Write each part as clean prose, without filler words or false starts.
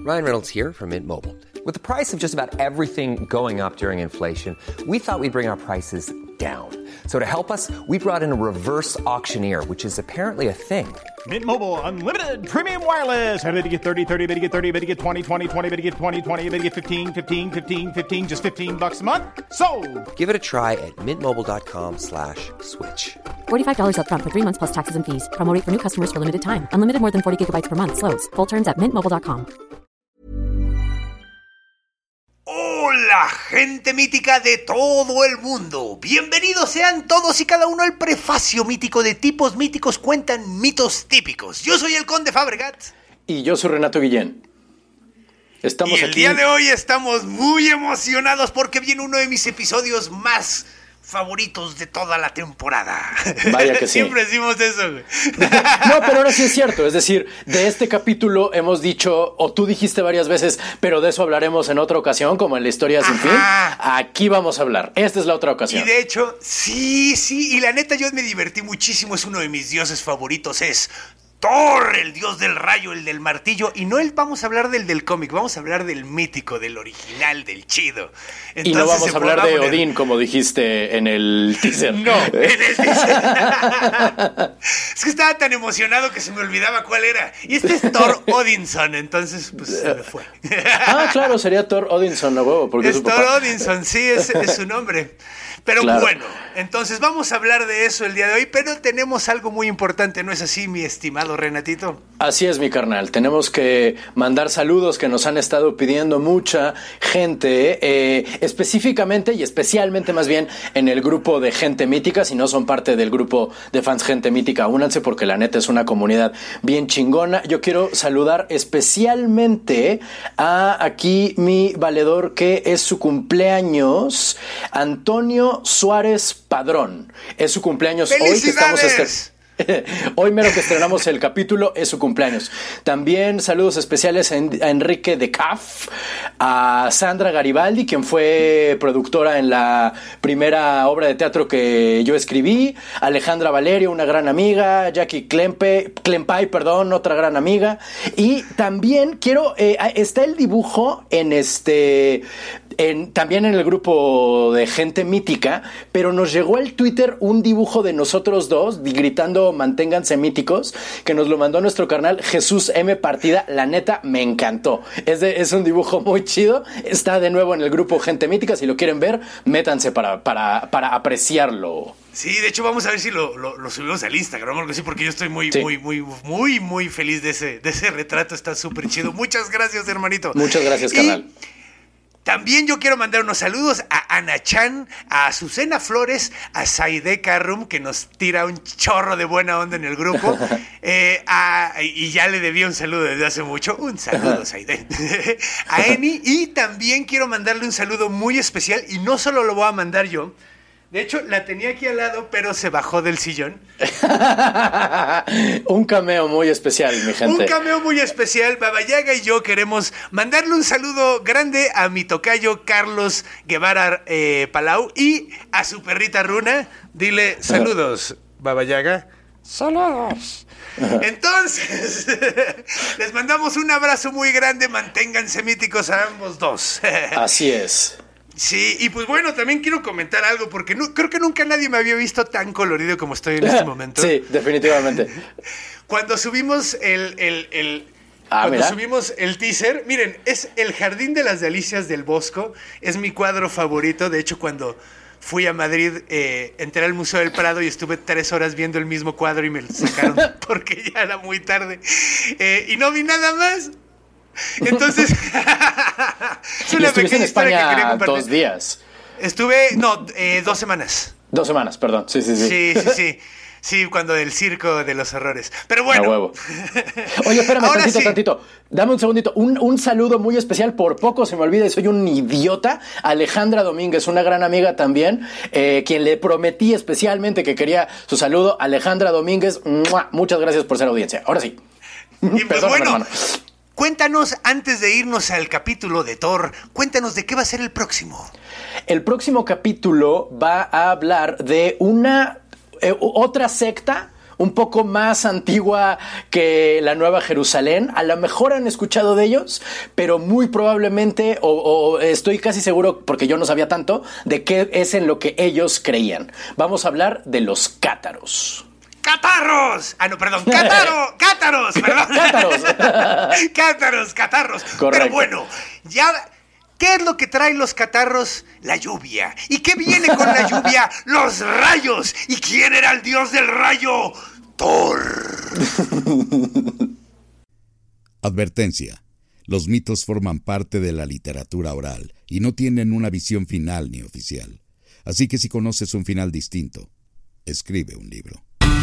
Ryan Reynolds here from Mint Mobile. With the price of just about everything going up during inflation, we thought we'd bring our prices down. So to help us, we brought in a reverse auctioneer, which is apparently a thing. Mint Mobile Unlimited Premium Wireless. How to get 30, 30, bit to get 30, bit to get 20, 20, 20, bit to get 20, 20, bit to get 15, 15, 15, 15, just $15 a month? Sold! Give it a try at mintmobile.com/switch. $45 up front for 3 months plus taxes and fees. Promo rate for new customers for limited time. Unlimited more than 40 gigabytes per month. Slows full terms at mintmobile.com. Hola, gente mítica de todo el mundo. Bienvenidos sean todos y cada uno al prefacio mítico de Tipos Míticos Cuentan Mitos Típicos. Yo soy el Conde Fabregat. Y yo soy Renato Guillén. Estamos y el aquí. Día de hoy estamos muy emocionados porque viene uno de mis episodios más favoritos de toda la temporada. Vaya que sí. Siempre decimos eso, güey. No, pero ahora sí es cierto. Es decir, de este capítulo hemos dicho, o tú dijiste varias veces, pero de eso hablaremos en otra ocasión, como en la historia sin fin. Aquí vamos a hablar. Esta es la otra ocasión. Y de hecho, sí. Y la neta, yo me divertí muchísimo. Es uno de mis dioses favoritos. Es Thor, el dios del rayo, el del martillo. Y no vamos a hablar del cómic, vamos a hablar del mítico, del original, del chido. Entonces, y no vamos a hablar de Odín, como dijiste en el teaser. No, en el teaser. Es que estaba tan emocionado que se me olvidaba cuál era. Y este es Thor Odinson, entonces pues se me fue. Claro, sería Thor Odinson, ¿no, huevo? Porque es Thor Odinson, sí, es su nombre. Pero claro. Bueno, entonces vamos a hablar de eso el día de hoy, pero tenemos algo muy importante, ¿no es así, mi estimado Renatito? Así es, mi carnal. Tenemos que mandar saludos que nos han estado pidiendo mucha gente, específicamente y especialmente más bien en el grupo de Gente Mítica. Si no son parte del grupo de fans Gente Mítica, únanse porque la neta es una comunidad bien chingona. Yo quiero saludar especialmente a aquí mi valedor que es su cumpleaños, Antonio Suárez Padrón. Es su cumpleaños hoy que estamos hoy mero que estrenamos el capítulo, es su cumpleaños. También saludos especiales a Enrique de Caf, a Sandra Garibaldi, quien fue productora en la primera obra de teatro que yo escribí, Alejandra Valerio, una gran amiga, Jackie Clempay, otra gran amiga. Y también quiero, está el dibujo también en el grupo de Gente Mítica, pero nos llegó al Twitter un dibujo de nosotros dos gritando manténganse míticos, que nos lo mandó nuestro carnal Jesús M. Partida. La neta me encantó, es un dibujo muy chido. Está de nuevo en el grupo Gente Mítica, si lo quieren ver métanse para apreciarlo. Sí, de hecho vamos a ver si lo subimos al Instagram o algo así, porque yo estoy muy feliz de ese retrato. Está súper chido. Muchas gracias, hermanito. Muchas gracias, carnal. También yo quiero mandar unos saludos a Ana Chan, a Azucena Flores, a Saide Carrum, que nos tira un chorro de buena onda en el grupo. Y ya le debía un saludo desde hace mucho. Un saludo, Saide. A Eni. Y también quiero mandarle un saludo muy especial. Y no solo lo voy a mandar yo. De hecho, la tenía aquí al lado, pero se bajó del sillón. Un cameo muy especial, mi gente. Un cameo muy especial. Baba Yaga y yo queremos mandarle un saludo grande a mi tocayo Carlos Guevara Palau y a su perrita Runa. Dile saludos, Baba Yaga. Saludos. Entonces, les mandamos un abrazo muy grande. Manténganse míticos a ambos dos. Así es. Sí, y pues bueno, también quiero comentar algo, porque creo que nunca nadie me había visto tan colorido como estoy en este momento. Sí, definitivamente. Cuando subimos subimos el teaser, miren, es El Jardín de las Delicias del Bosco, es mi cuadro favorito. De hecho, cuando fui a Madrid, entré al Museo del Prado y estuve 3 horas viendo el mismo cuadro y me lo sacaron porque ya era muy tarde. Y no vi nada más. Entonces, es una ¿Estuviste en España que quería compartir. 2 días? 2 semanas. 2 semanas, perdón. Sí. Sí, cuando del circo de los horrores. Pero bueno. A huevo. Oye, espérame, tantito. Dame un segundito. Un saludo muy especial, por poco se me olvida y soy un idiota. Alejandra Domínguez, una gran amiga también, quien le prometí especialmente que quería su saludo. Alejandra Domínguez, ¡mua! Muchas gracias por ser audiencia. Ahora sí. Y pues Perdóname, bueno, hermano. Cuéntanos, antes de irnos al capítulo de Thor, cuéntanos de qué va a ser el próximo. El próximo capítulo va a hablar de una otra secta un poco más antigua que la Nueva Jerusalén. A lo mejor han escuchado de ellos, pero muy probablemente, o estoy casi seguro, porque yo no sabía tanto, de qué es en lo que ellos creían. Vamos a hablar de los cátaros. ¡Catarros! Ah, no, perdón. ¡Cátaros! Perdón. ¡Catarros! Correcto. Pero bueno, ya... ¿Qué es lo que traen los catarros? La lluvia. ¿Y qué viene con la lluvia? ¡Los rayos! ¿Y quién era el dios del rayo? ¡Thor! Advertencia. Los mitos forman parte de la literatura oral y no tienen una visión final ni oficial. Así que si conoces un final distinto, escribe un libro.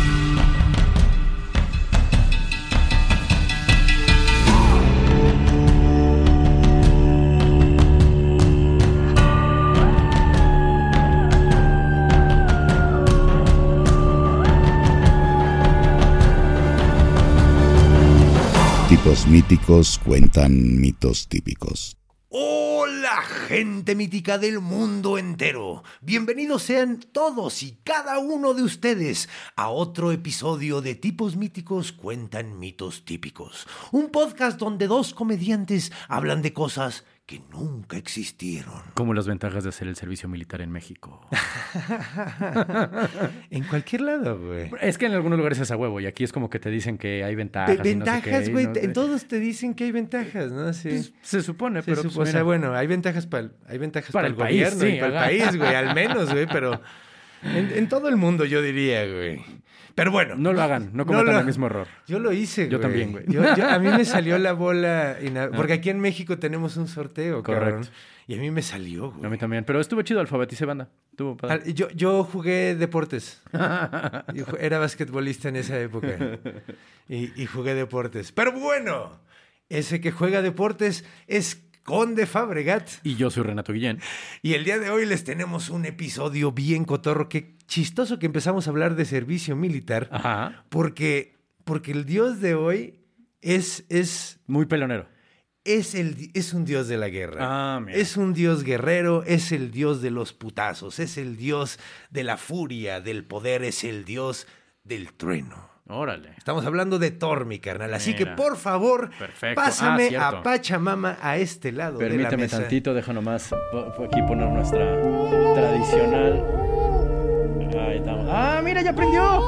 Tipos míticos cuentan mitos típicos. ¡Hola, gente mítica del mundo entero! Bienvenidos sean todos y cada uno de ustedes a otro episodio de Tipos míticos cuentan mitos típicos. Un podcast donde dos comediantes hablan de cosas que nunca existieron. Como las ventajas de hacer el servicio militar en México. En cualquier lado, güey. Es que en algunos lugares es a huevo y aquí es como que te dicen que hay ventajas. Ventajas, güey. No sé qué, en todos te dicen que hay ventajas, ¿no? Sí. pues, se supone, pero... o sea, bueno, hay ventajas para el país, gobierno sí, y para el país, güey. Al menos, güey, pero... En todo el mundo, yo diría, güey. Pero bueno. No lo hagan, no cometan el mismo error. Yo lo hice, güey. Yo también, güey. A mí me salió la bola... Porque aquí en México tenemos un sorteo, cabrón. Correcto. Y a mí me salió, güey. A mí también. Pero estuvo chido, alfabeticé banda. Estuvo padre. Yo jugué deportes. Era basquetbolista en esa época. Y jugué deportes. Pero bueno, ese que juega deportes es Conde Fabregat. Y yo soy Renato Guillén. Y el día de hoy les tenemos un episodio bien cotorro. Qué chistoso que empezamos a hablar de servicio militar. Ajá. Porque el dios de hoy es muy pelonero. Es un dios de la guerra. Ah, mira. Es un dios guerrero, es el dios de los putazos, es el dios de la furia, del poder, es el dios del trueno. Órale. Estamos hablando de Thor, mi carnal. Así Mira. que, por favor, Perfecto. pásame Cierto. a Pachamama a este lado de la Permíteme mesa. tantito, deja nomás aquí poner nuestra tradicional. Ahí estamos. ¡Ah, mira, ya aprendió!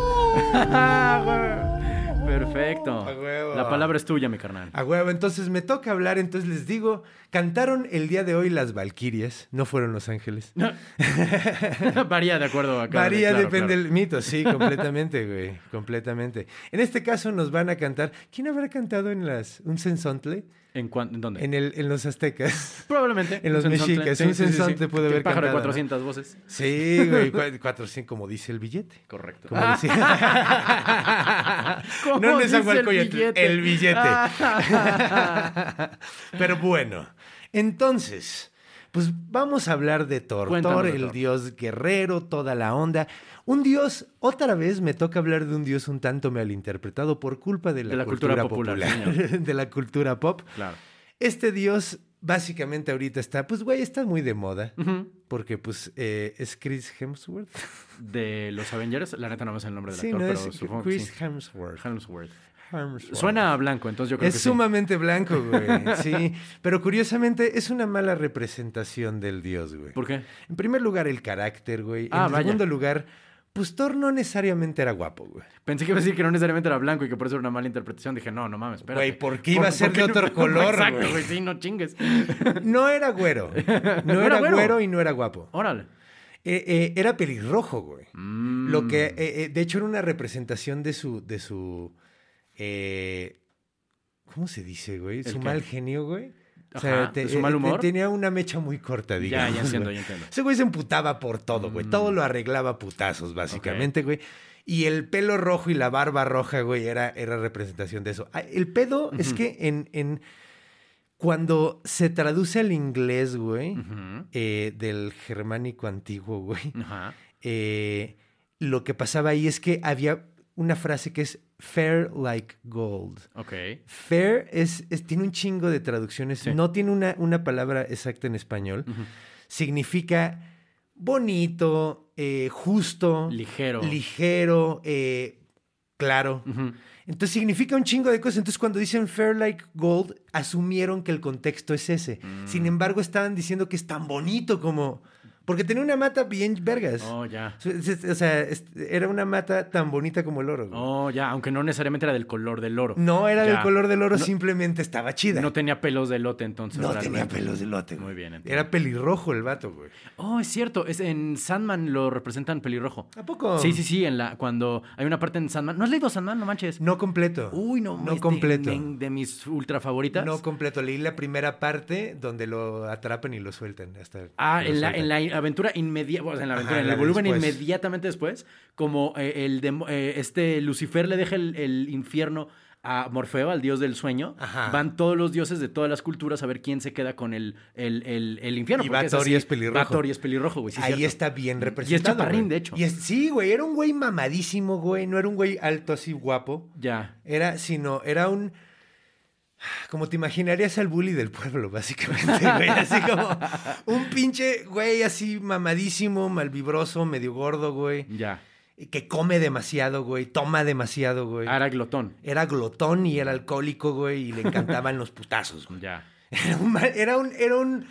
Perfecto. A huevo. La palabra es tuya, mi carnal. A huevo, entonces me toca hablar, entonces les digo, cantaron el día de hoy las valquirias, no fueron los ángeles. Varía de acuerdo a cada... Varía, claro, depende claro. del mito, sí, completamente, güey, completamente. En este caso nos van a cantar, ¿quién habrá cantado en un sensontle? ¿En dónde? En los aztecas. Probablemente. En los Un sensontle. mexicas, un sensontle pudo haber pájaro de cantado, 400 voces. Sí, güey, 400, como dice el billete. Correcto. Como decía. No dice Nezahualcóyotl, el billete. Ah. Pero bueno, entonces, pues vamos a hablar de Thor. Cuéntanos Thor, de el Thor. dios guerrero, toda la onda. Un dios, otra vez me toca hablar de un dios un tanto malinterpretado por culpa de la cultura popular. señor. De la cultura pop. Claro. Este dios básicamente ahorita está, pues güey, está muy de moda. Ujú. Porque pues es Chris Hemsworth. De los Avengers, la neta no me sé el nombre del Sí, actor, no, pero es supongo Chris que sí. Hemsworth. Hemsworth. Hemsworth. Suena a blanco, entonces yo creo Es que sí. sumamente blanco, güey. Sí. Pero curiosamente es una mala representación del dios, güey. ¿Por qué? En primer lugar, el carácter, güey. Ah, En vaya. segundo lugar, pues Thor no necesariamente era guapo, güey. Pensé que iba a decir que no necesariamente era blanco y que por eso era una mala interpretación. Dije, no mames, espérate. Güey, ¿por qué iba a ser de otro color, Exacto, güey? güey, sí, no chingues. No era güero. No era era güero. güero y no era guapo. Órale. Era pelirrojo, güey. Mm. Lo que, de hecho, era una representación de su ¿cómo se dice, güey? ¿El Su qué? mal genio, güey. Ajá, ¿de su mal humor? Tenía una mecha muy corta, digamos. Ya entiendo, güey. ya entiendo. Ese güey se emputaba por todo, güey. Todo lo arreglaba a putazos, básicamente, güey. Y el pelo rojo y la barba roja, güey, era representación de eso. Ah, el pedo es que cuando se traduce al inglés, güey, Ujú. del germánico antiguo, güey, Ajá. lo que pasaba ahí es que había una frase que es fair like gold. Ok. Fair tiene un chingo de traducciones. Sí. No tiene una palabra exacta en español. Ujú. Significa bonito, justo, Ligero. ligero, Claro. Entonces significa un chingo de cosas. Entonces cuando dicen fair like gold, asumieron que el contexto es ese. Sin embargo, estaban diciendo que es tan bonito como... Porque tenía una mata bien vergas. Oh, ya. O sea, era una mata tan bonita como el oro, güey. Oh, ya, aunque no necesariamente era del color del oro. No era Ya. del color del oro, No- simplemente estaba chida. No tenía pelos de elote entonces. No realmente. tenía pelos de lote, güey. Muy bien, entiendo. Era pelirrojo el vato, güey. Oh, es cierto. En Sandman lo representan pelirrojo. ¿A poco? Sí. Cuando hay una parte en Sandman. ¿No has leído Sandman? No manches. No completo. Uy, no. No completo. De mis ultra favoritas. No completo. Leí la primera parte donde lo atrapan y lo sueltan. Hasta Ah, lo en sueltan. la aventura inmediata, o sea, en la aventura, Ajá, en la el de volumen después. inmediatamente después, como Lucifer le deja el infierno a Morfeo, al dios del sueño, Ajá. van todos los dioses de todas las culturas a ver quién se queda con el infierno. Y porque Báthory así. es pelirrojo. Báthory es pelirrojo, güey. Sí, Ahí cierto. está bien Y es representado. chaparrín, güey. de hecho. Sí, güey. Era un güey mamadísimo, güey. No era un güey alto así guapo. Ya. Era un... Como te imaginarías al bully del pueblo, básicamente, güey. Así como un pinche güey así mamadísimo, malvibroso, medio gordo, güey. Ya. Que come demasiado, güey. Toma demasiado, güey. Era glotón. Era glotón y era alcohólico, güey. Y le encantaban los putazos, güey. Ya. Era un...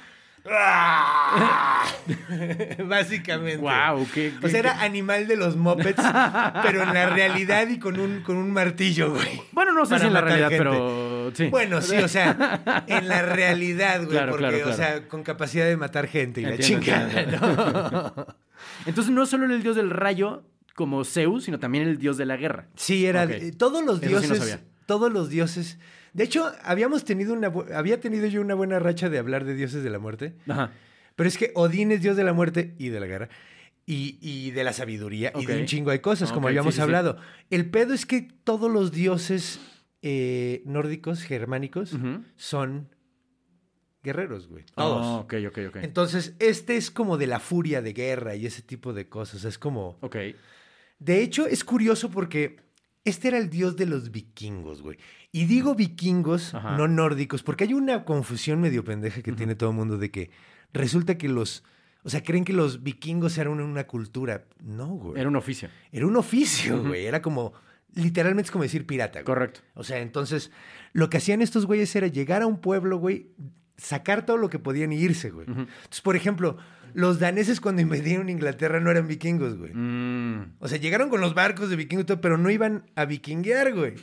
Básicamente. Wow, O sea, era animal de los mopeds, pero en la realidad y con un martillo, güey. Bueno, no sé Para si en la matar realidad, gente. pero sí. Bueno, sí, o sea, en la realidad, güey. Claro, porque, claro, o claro. sea, con capacidad de matar gente y Entiendo, la chingada, ¿no? Entonces no solo era el dios del rayo como Zeus, sino también el dios de la guerra. Sí, era... Ok. Todos los Eso sí no dioses... sabía. Todos los dioses... De hecho, había tenido yo una buena racha de hablar de dioses de la muerte. Ajá. Pero es que Odín es dios de la muerte y de la guerra. Y de la sabiduría y de Ok. un chingo de cosas, como Ok, habíamos sí, sí, sí. hablado. El pedo es que todos los dioses nórdicos, germánicos, Ujú. son guerreros, güey. Todos. Oh, ok. Entonces, este es como de la furia de guerra y ese tipo de cosas. Es como... Ok. De hecho, es curioso porque este era el dios de los vikingos, güey. Y digo vikingos, Ajá. no nórdicos, porque hay una confusión medio pendeja que tiene todo el mundo de que resulta que o sea, creen que los vikingos eran una cultura. No, güey. Era un oficio. Era un oficio, güey. Era como, literalmente es como decir pirata, güey. Correcto. O sea, entonces, lo que hacían estos güeyes era llegar a un pueblo, güey, sacar todo lo que podían y irse, güey. Entonces, por ejemplo, los daneses cuando invadieron Inglaterra no eran vikingos, güey. O sea, llegaron con los barcos de vikingos y todo, pero no iban a vikinguear, güey.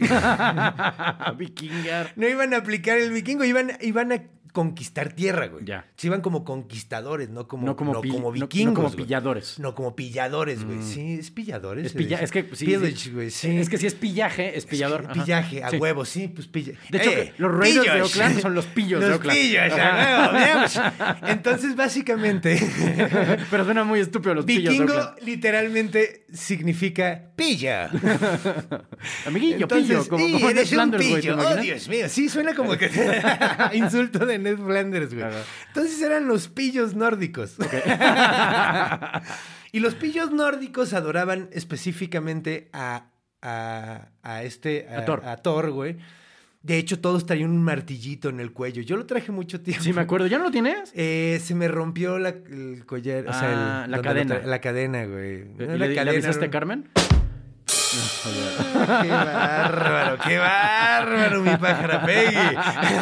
Vikingar. No iban a aplicar el vikingo, iban a conquistar tierra, güey. Ya. Se iban como conquistadores, no como No como vikingos. no como güey. pilladores. No como pilladores, güey. Sí, es pilladores. Es, se dice. es que sí, Pillage, sí. güey, sí. Es que si es pillaje, es pillador. Ajá. Pillaje, a Sí. huevo, sí, pues pilla. De hecho, los Raiders de pillos. Oakland son los pillos de Los Oakland. pillos, Ajá. a huevo, veamos. Entonces, básicamente, Pero suena muy estúpido los pillos de vikingo Oakland. literalmente significa pilla. Amiguillo, Entonces, pillo. Como sí, Ned eres un Flanders, güey, ¿te pillo. Oh, imaginas? Dios mío. Sí, suena como que insulto de Ned Flanders, güey. Ajá. Entonces eran los pillos nórdicos. Y los pillos nórdicos adoraban específicamente a Thor. a Thor, güey. De hecho, todos traían un martillito en el cuello. Yo lo traje mucho tiempo. Sí, me acuerdo. ¿Ya no lo tienes? Se me rompió el collar, o sea, La donde cadena. La cadena, güey. No, ¿Le avisaste a Carmen? Qué bárbaro, mi pájara Peggy.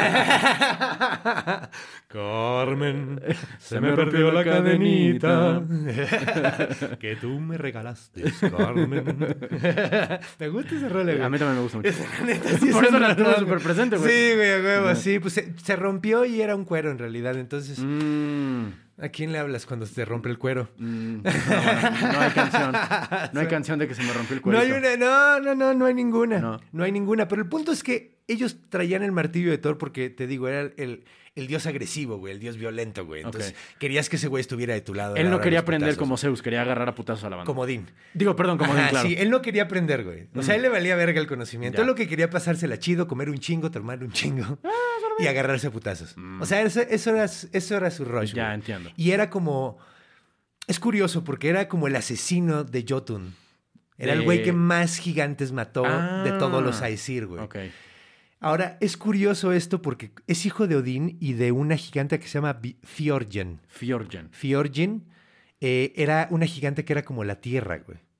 Carmen, se me perdió la cadenita que tú me regalaste, Carmen. Me gusta ese rol, güey. A mí también me gusta mucho. Neta, sí, Por es eso un la tengo rolón. súper presente, güey. Sí, güey, a huevo, sí. Pues se rompió y era un cuero en realidad. Entonces, ¿A ¿a quién le hablas cuando se rompe el cuero? No hay canción. No hay canción de que se me rompió el No cuerito. hay no hay ninguna. No. No hay ninguna. Pero el punto es que ellos traían el martillo de Thor porque, te digo, era el dios agresivo, güey, el dios violento, güey. Entonces, querías que ese güey estuviera de tu lado. Él no ahora quería los aprender putazos. como Zeus, quería agarrar a putazos a la banda. Como Odín. Digo, perdón, como Odín, Ajá, claro. sí, él no quería aprender, güey. O sea, a él le valía verga el conocimiento. Ya. Él lo que quería pasársela chido, comer un chingo, tomar un chingo y agarrarse a putazos. O sea, eso era su rush, Ya, güey. entiendo. Y era como... Es curioso porque era como el asesino de Jotun. Era el güey que más gigantes mató de todos los Aesir, güey. Ok. Ahora, es curioso esto porque es hijo de Odín y de una gigante que se llama Fjordgen. Fjordgen. Fjordgen era una gigante que era como la tierra, güey.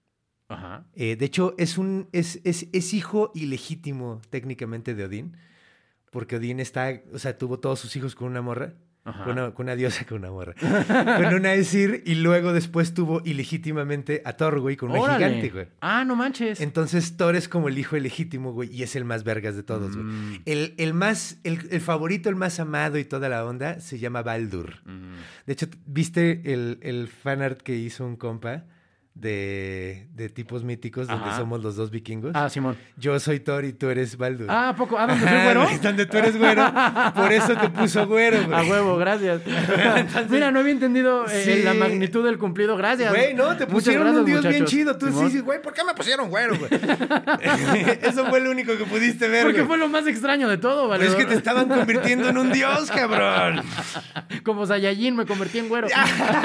Ajá. De hecho, es hijo ilegítimo técnicamente de Odín, porque Odín tuvo todos sus hijos con una morra. Con una diosa, con una morra. Con una Aesir, y luego después tuvo ilegítimamente a Thor, güey, con una gigante, güey. Ah, no manches. Entonces Thor es como el hijo ilegítimo, güey, y es el más vergas de todos, güey. El favorito, el más amado y toda la onda se llama Baldur. De hecho, ¿viste el fanart que hizo un compa de tipos míticos donde somos los dos vikingos? Ah, Simón. Yo soy Thor y tú eres Baldur. Ah, ¿a poco? ¿Ah, donde soy güero? Donde tú eres güero. Por eso te puso güero, güey. A huevo, gracias. Entonces, mira, no había entendido la magnitud del cumplido. Gracias. Güey, no, te pusieron gracias, un dios muchachos. bien chido. Tú Simón. sí, güey, ¿por qué me pusieron güero, güey? Eso fue lo único que pudiste ver, Porque güey. fue lo más extraño de todo, ¿vale? Pero es que te estaban convirtiendo en un dios, cabrón. Como Saiyajin me convertí en güero.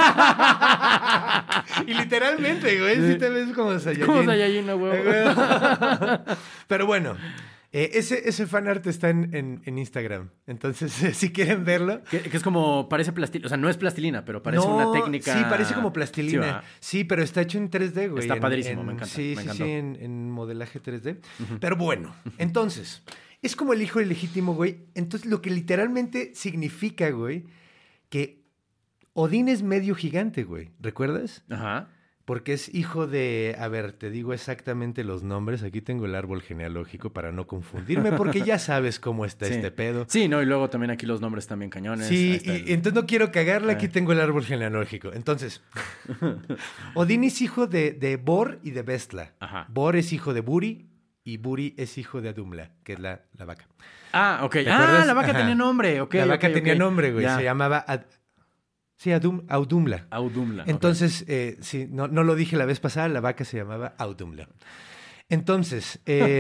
Y literalmente, güey, sí te ves como Saiyajin. Como Saiyajin, no, huevo. Pero bueno, ese fanart está en Instagram. Entonces, si quieren verlo. Que es como, parece plastilina. O sea, no es plastilina, pero parece una técnica. Sí, parece como plastilina. Sí, Sí, pero está hecho en 3D, güey. Está padrísimo, me encanta. Sí, me sí, encantó. sí, en modelaje 3D. Pero bueno, entonces, es como el hijo ilegítimo, güey. Entonces, lo que literalmente significa, güey, que Odín es medio gigante, güey. ¿Recuerdas? Ajá. Porque es hijo de... A ver, te digo exactamente los nombres. Aquí tengo el árbol genealógico para no confundirme, porque ya sabes cómo está Sí. este pedo. Sí, no, y luego también aquí los nombres también cañones. Sí, Ahí está y entonces no quiero cagarla. Aquí tengo el árbol genealógico. Entonces, Odín es hijo de Bor y de Bestla. Ajá. Bor es hijo de Buri y Buri es hijo de Adumla, que es la vaca. Ah, ok. ¿Te Ah, acuerdas? la vaca Ajá. tenía nombre. Ok, la vaca ok, tenía ok. nombre, güey. Ya. Se llamaba... Audumla. Audumla. Entonces, sí, no lo dije la vez pasada, la vaca se llamaba Audumla. Entonces,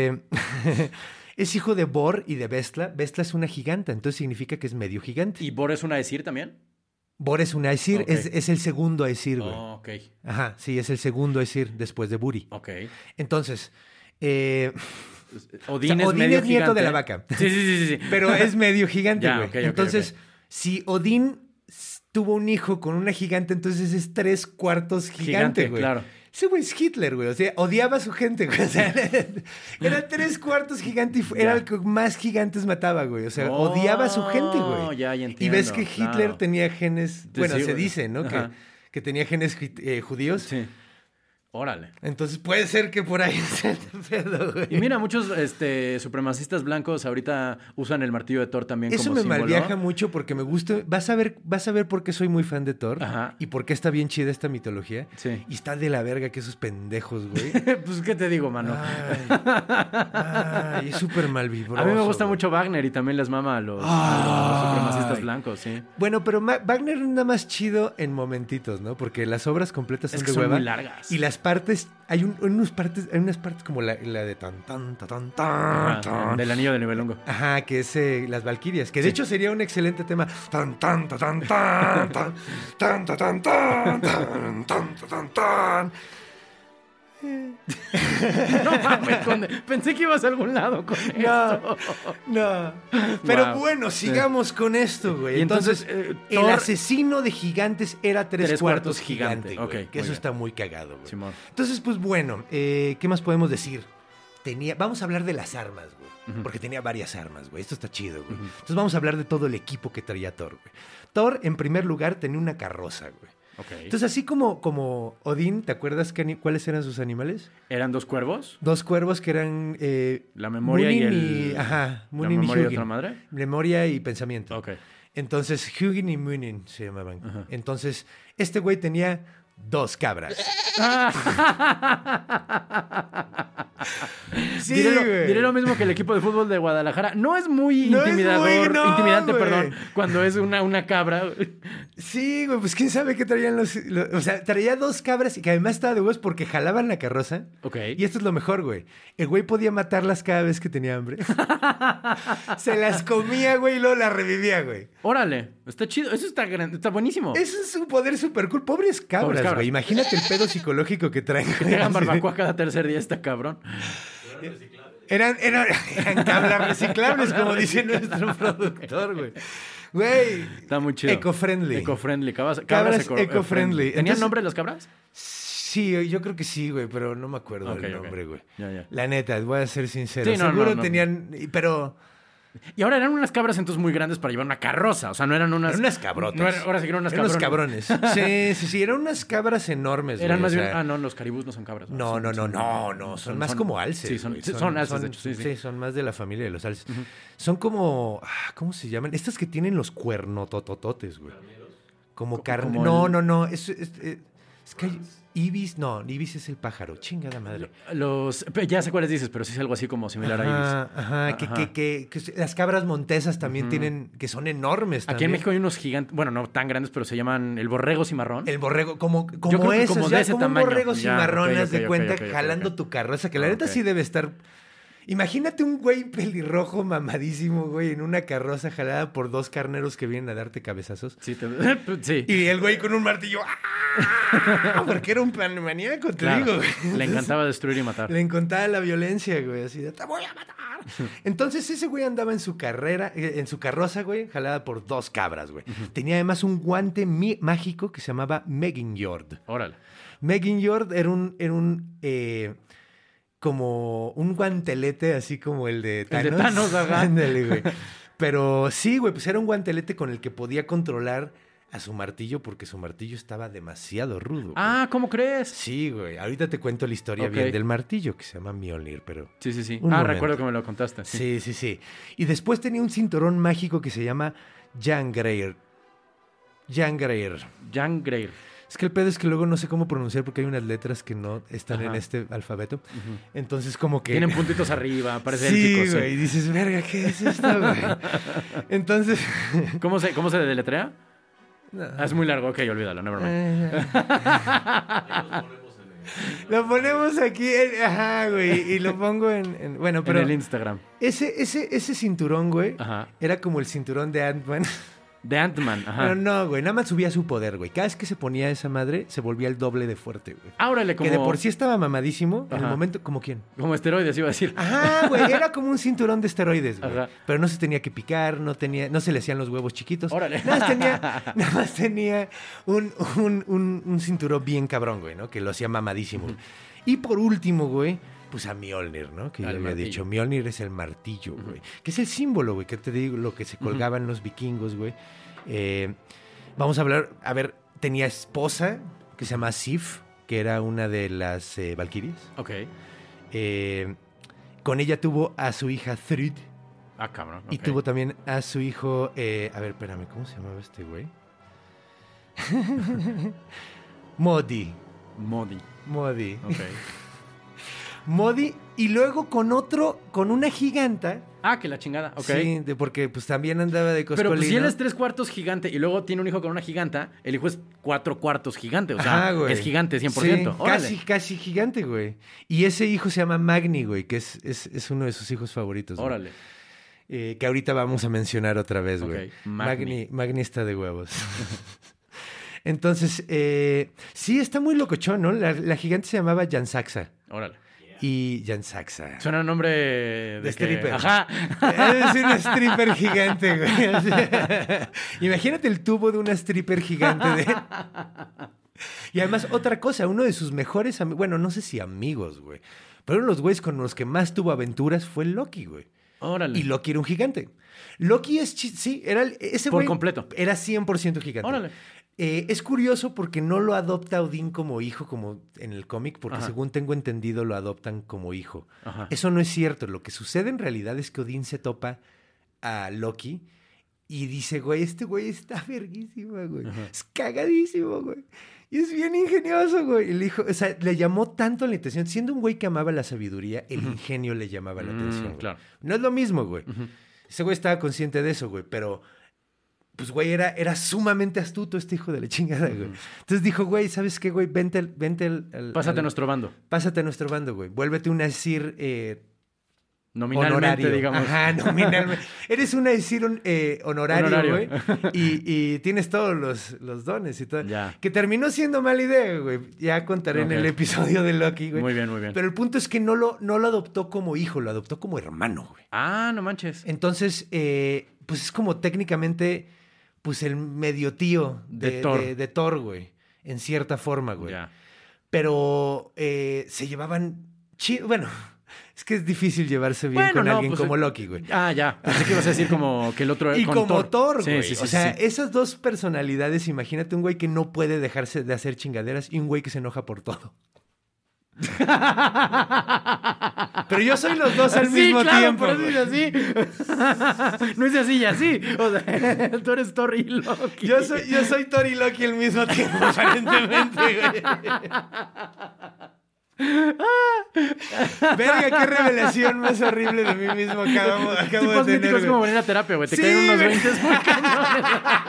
es hijo de Bor y de Bestla. Bestla es una giganta, entonces significa que es medio gigante. ¿Y Bor es una Aesir también? Bor es un Aesir, Ok. es el segundo Aesir, güey. Oh, ok. Ajá, sí, es el segundo Aesir después de Buri. Ok. Entonces, Odín, o sea, es medio es nieto gigante. de la vaca. Sí. Pero es medio gigante, Ya, güey. ok, Entonces, ok. si Odín tuvo un hijo con una gigante, entonces es 3/4 gigante, güey. Claro. Ese güey es Hitler, güey. O sea, odiaba a su gente, güey. O sea, era 3/4 gigante y era el que más gigantes mataba, güey. O sea, Oh, odiaba a su gente, güey. ya Y entiendo, ves que Hitler claro. tenía genes... Bueno, Sí, se güey. dice, ¿no? Ajá. Que tenía genes judíos. Sí. Órale. Entonces puede ser que por ahí sea este pedo, güey. Y mira, muchos supremacistas blancos ahorita usan el martillo de Thor también Eso como me símbolo. malviaja mucho porque me gusta. Vas a ver por qué soy muy fan de Thor. Ajá. Y por qué está bien chida esta mitología. Sí. Y está de la verga que esos pendejos, güey. Pues, ¿qué te digo, mano? Ay, es súper malvibroso. A mí me gusta güey. mucho Wagner y también les mama a los supremacistas blancos, sí. Bueno, pero Wagner es nada más chido en momentitos, ¿no? Porque las obras completas son Es que de son hueva. muy largas. Y las partes, hay unas partes como la de tan, tan, tan, tan, Ajá, tan. del anillo de Nibelungo. Ajá, que es las Valquirias, que de hecho sería un excelente tema. Tan, tan, tan, tan, tan, tan, tan, tan, tan, tan, tan, tan, tan, tan. No mames, Conde. Pensé que ibas a algún lado con esto. No. Pero Wow. bueno, sigamos con esto, güey. Y Entonces, entonces, el Thor- asesino de gigantes era 3/4 gigante. gigante, Ok, güey, que muy eso bien. está muy cagado, güey. Simón. Entonces, pues bueno, ¿qué más podemos decir? Vamos a hablar de las armas, güey. Porque tenía varias armas, güey. Esto está chido, güey. Entonces vamos a hablar de todo el equipo que traía Thor, güey. Thor, en primer lugar, tenía una carroza, güey. Ok. Entonces, así como Odín, ¿te acuerdas cuáles eran sus animales? ¿Eran dos cuervos? Dos cuervos que eran... La memoria y Munin el... Ajá, ¿La Munin y memoria y Hugin. otra madre? Memoria y pensamiento. Ok. Entonces, Hugin y Munin se llamaban. Entonces, este güey tenía 2 cabras. Sí, güey. Diré lo mismo que el equipo de fútbol de Guadalajara. No es muy No es intimidador, muy- no, intimidante, güey. perdón, cuando es una cabra. Sí, güey, pues quién sabe qué traían o sea, traía 2 cabras y que además estaba de huevos porque jalaban la carroza. Ok. Y esto es lo mejor, güey. El güey podía matarlas cada vez que tenía hambre. Se las comía, güey, y luego las revivía, güey. Órale, está chido. Eso está buenísimo. Eso es un poder súper cool. Pobres cabras, cabras. güey. Imagínate el pedo psicológico que traen. Que te hagan barbacoa cada tercer día está cabrón. Eran cabras reciclables, como dice nuestro productor, güey. Güey. Está muy chido. Eco-friendly. Eco-friendly. Cabras Cabras eco-friendly. ¿Tenían Entonces- nombre las cabras? Sí, yo creo que sí, güey, pero no me acuerdo Ok, del ok. nombre, güey. Ya. La neta, voy a ser sincero. Sí, no, Seguro no. tenían... Pero... Y ahora eran unas cabras entonces muy grandes para llevar una carroza. O sea, no eran unas... Eran unas cabrotas. Ahora sí que eran unas Eran unos cabrones. cabrones. Sí. Eran unas cabras enormes, Eran güey, más o bien... sea, Ah, no, los caribús no son cabras. No. Son más como alces. Sí, son güey. alces, de hecho, sí. Sí, son más de la familia de los alces. Son como... ¿Cómo se llaman? Estas que tienen los cuernototototes, güey. Como carne... como No. Es que hay... Ibis... No, ibis es el pájaro. Chingada madre. Ya sé cuáles dices, pero sí es algo así como similar a ibis. Ajá. Que las cabras montesas también tienen... Que son enormes Aquí en también. México hay unos gigantes... Bueno, no tan grandes, pero se llaman el borrego cimarrón. El borrego, como creo que esos, como de ya, ese como tamaño. un borrego Ya, cimarrón, ok, haz de ok, cuenta, ok, jalando tu carroza, que la neta Ok. sí debe estar... Imagínate un güey pelirrojo mamadísimo, güey, en una carroza jalada por dos carneros que vienen a darte cabezazos. Sí, sí. Y el güey con un martillo, ¡ah! Porque era un maníaco, te Claro. digo, güey. Le encantaba destruir y matar. Le encantaba la violencia, güey, así de, ¡te voy a matar! Entonces ese güey andaba en su carroza, güey, jalada por dos cabras, güey. Tenía además un guante mágico que se llamaba Megingjord. Órale. Megingjord era un como un guantelete así como el de Thanos. El de Thanos, ajá. Ándale, güey. Pero sí, güey, pues era un guantelete con el que podía controlar a su martillo porque su martillo estaba demasiado rudo. güey. Ah, ¿cómo crees? Sí, güey. Ahorita te cuento la historia Ok. bien del martillo que se llama Mjolnir, pero... Sí. Un momento. Recuerdo que me lo contaste. Sí. Y después tenía un cinturón mágico que se llama Jangreir. Jan Greer. Es que el pedo es que luego no sé cómo pronunciar porque hay unas letras que no están Ajá. en este alfabeto. Entonces como que... Tienen puntitos arriba, parece Sí, élfico. güey. Y dices, verga, ¿qué es esto, güey? Entonces... ¿Cómo se deletrea? Ah, es muy largo. Ok, olvídalo. Never mind. Lo ponemos aquí, ajá, güey, y lo pongo bueno, pero En el Instagram. ese cinturón, güey, Ajá. era como el cinturón de Ant-Man. De Ant-Man. Ajá. Pero no, güey, nada más subía su poder, güey. Cada vez que se ponía esa madre, se volvía el doble de fuerte, güey. Ah, órale, como... Que de por sí estaba mamadísimo, en el Ajá. momento, ¿como quién? Como esteroides, iba a decir. Ajá, güey, era como un cinturón de esteroides, güey. Ajá. Pero no se tenía que picar, no se le hacían los huevos chiquitos. Órale. Nada más tenía un cinturón bien cabrón, güey, ¿no? Que lo hacía mamadísimo. Y por último, güey, pues a Mjolnir, ¿no? Que ya Al había martillo. dicho, Mjolnir es el martillo, güey. Que es el símbolo, güey, que te digo, lo que se colgaban los vikingos, güey. Vamos a hablar, a ver, tenía esposa que se llama Sif, que era una de las valquirias. Ok. Con ella tuvo a su hija Thrid Ah, cabrón. y ok. tuvo también a su hijo, a ver, espérame, ¿cómo se llamaba este güey? Modi. Modi. Ok. Modi, y luego con una giganta. Ah, que la chingada. Ok. Sí, porque pues también andaba de coscolino. Pero pues si él es 3/4 gigante y luego tiene un hijo con una giganta, el hijo es 4/4 gigante. O sea, Ajá, güey. es gigante 100%. Sí, Órale. casi gigante, güey. Y ese hijo se llama Magni, güey, que es uno de sus hijos favoritos. güey. Órale. Que ahorita vamos a mencionar otra vez, güey. Ok, Magni. Magni está de huevos. Entonces, sí, está muy locochón, ¿no? La gigante se llamaba Jansaxa. Órale. Y Jansaxa. Suena un nombre de que- stripper. Ajá. Es una stripper gigante, güey. O sea, imagínate el tubo de una stripper gigante. Y además, otra cosa, uno de sus mejores amigos, bueno, no sé si amigos, güey, pero uno de los güeyes con los que más tuvo aventuras fue Loki, güey. Órale. Y Loki era un gigante. Loki sí, era ese Por güey. completo. Era 100% gigante. Órale. Es curioso porque no lo adopta Odín como hijo, como en el cómic, porque Ajá. según tengo entendido lo adoptan como hijo. Ajá. Eso no es cierto. Lo que sucede en realidad es que Odín se topa a Loki y dice, güey, este güey está verguísimo, güey. Es cagadísimo, güey. Y es bien ingenioso, güey. Y le dijo, o sea, le llamó tanto la atención. Siendo un güey que amaba la sabiduría, el ingenio le llamaba la atención. güey. claro. No es lo mismo, güey. Ese güey estaba consciente de eso, güey, pero... Pues, güey, era sumamente astuto este hijo de la chingada, güey. Entonces dijo, güey, ¿sabes qué, güey? Vente Pásate a nuestro bando. Pásate a nuestro bando, güey. Vuélvete un Aesir Nominalmente, honorario. digamos. Ajá, nominalmente. Eres un Aesir honorario, güey. Honorario. Y tienes todos los dones y todo. Ya. Que terminó siendo mala idea, güey. Ya contaré en Ok. el episodio de Loki, güey. Muy bien, muy bien. Pero el punto es que no lo adoptó como hijo, lo adoptó como hermano, güey. Ah, no manches. Entonces, pues es como técnicamente, pues el medio tío De Thor. de Thor, güey. En cierta forma, güey. Ya. Pero se llevaban chido. Bueno, es que es difícil llevarse bien con alguien pues, como Loki, güey. Ya. Pensé que ibas a decir como que el otro... Y con como Thor, güey. Sí, o sea, esas dos personalidades, imagínate un güey que no puede dejarse de hacer chingaderas y un güey que se enoja por todo. Pero yo soy los dos al mismo tiempo. Pero es así. No es así y así. O sea, tú eres Thor y Loki. Yo soy Thor y Loki al mismo tiempo, aparentemente, güey. Verga, qué revelación más horrible de mí mismo acabo de tener. Es como venir a terapia, güey. Te caen unos 20 muy cañones.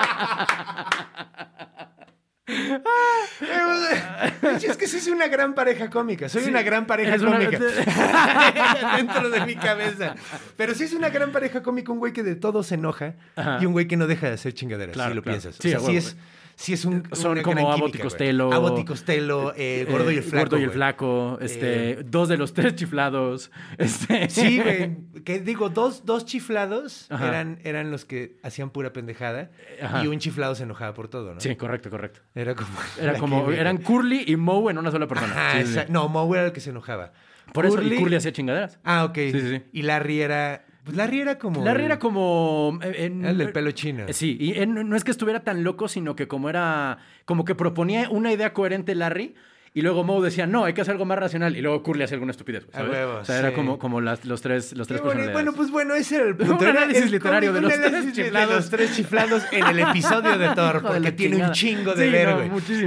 Es que soy una gran pareja cómica. Soy una gran pareja cómica. Dentro de mi cabeza. Pero sí es una gran pareja cómica. Un güey que de todo se enoja. Ajá. Y un güey que no deja de hacer chingaderas. Claro, si lo claro. piensas. Sí, o sea, sí es un. Son como Abbott y Costello. Abbott y Costello, Gordo y el Flaco. Gordo y el Flaco. Dos de los tres chiflados. Sí, güey. Que digo, dos chiflados eran los que hacían pura pendejada. Ajá. Y un chiflado se enojaba por todo, ¿no? Sí, correcto. Eran Curly y Moe en una sola persona. Ajá, sí. No, Moe era el que se enojaba. Por eso, y Curly hacía chingaderas. Ah, ok. Sí. Y Larry era... Pues Larry era como... el del pelo chino. Sí, y no es que estuviera tan loco, sino que como que proponía una idea coherente Larry, y luego Moe decía, no, hay que hacer algo más racional, y luego Curly hacía alguna estupidez, ¿sabes? Huevo, o sea, era como los tres personalidades. Bueno, ese era el punto. Un análisis literario de los tres chiflados en el episodio de Thor, porque tiene un chingo de ver, güey. Muchísimo.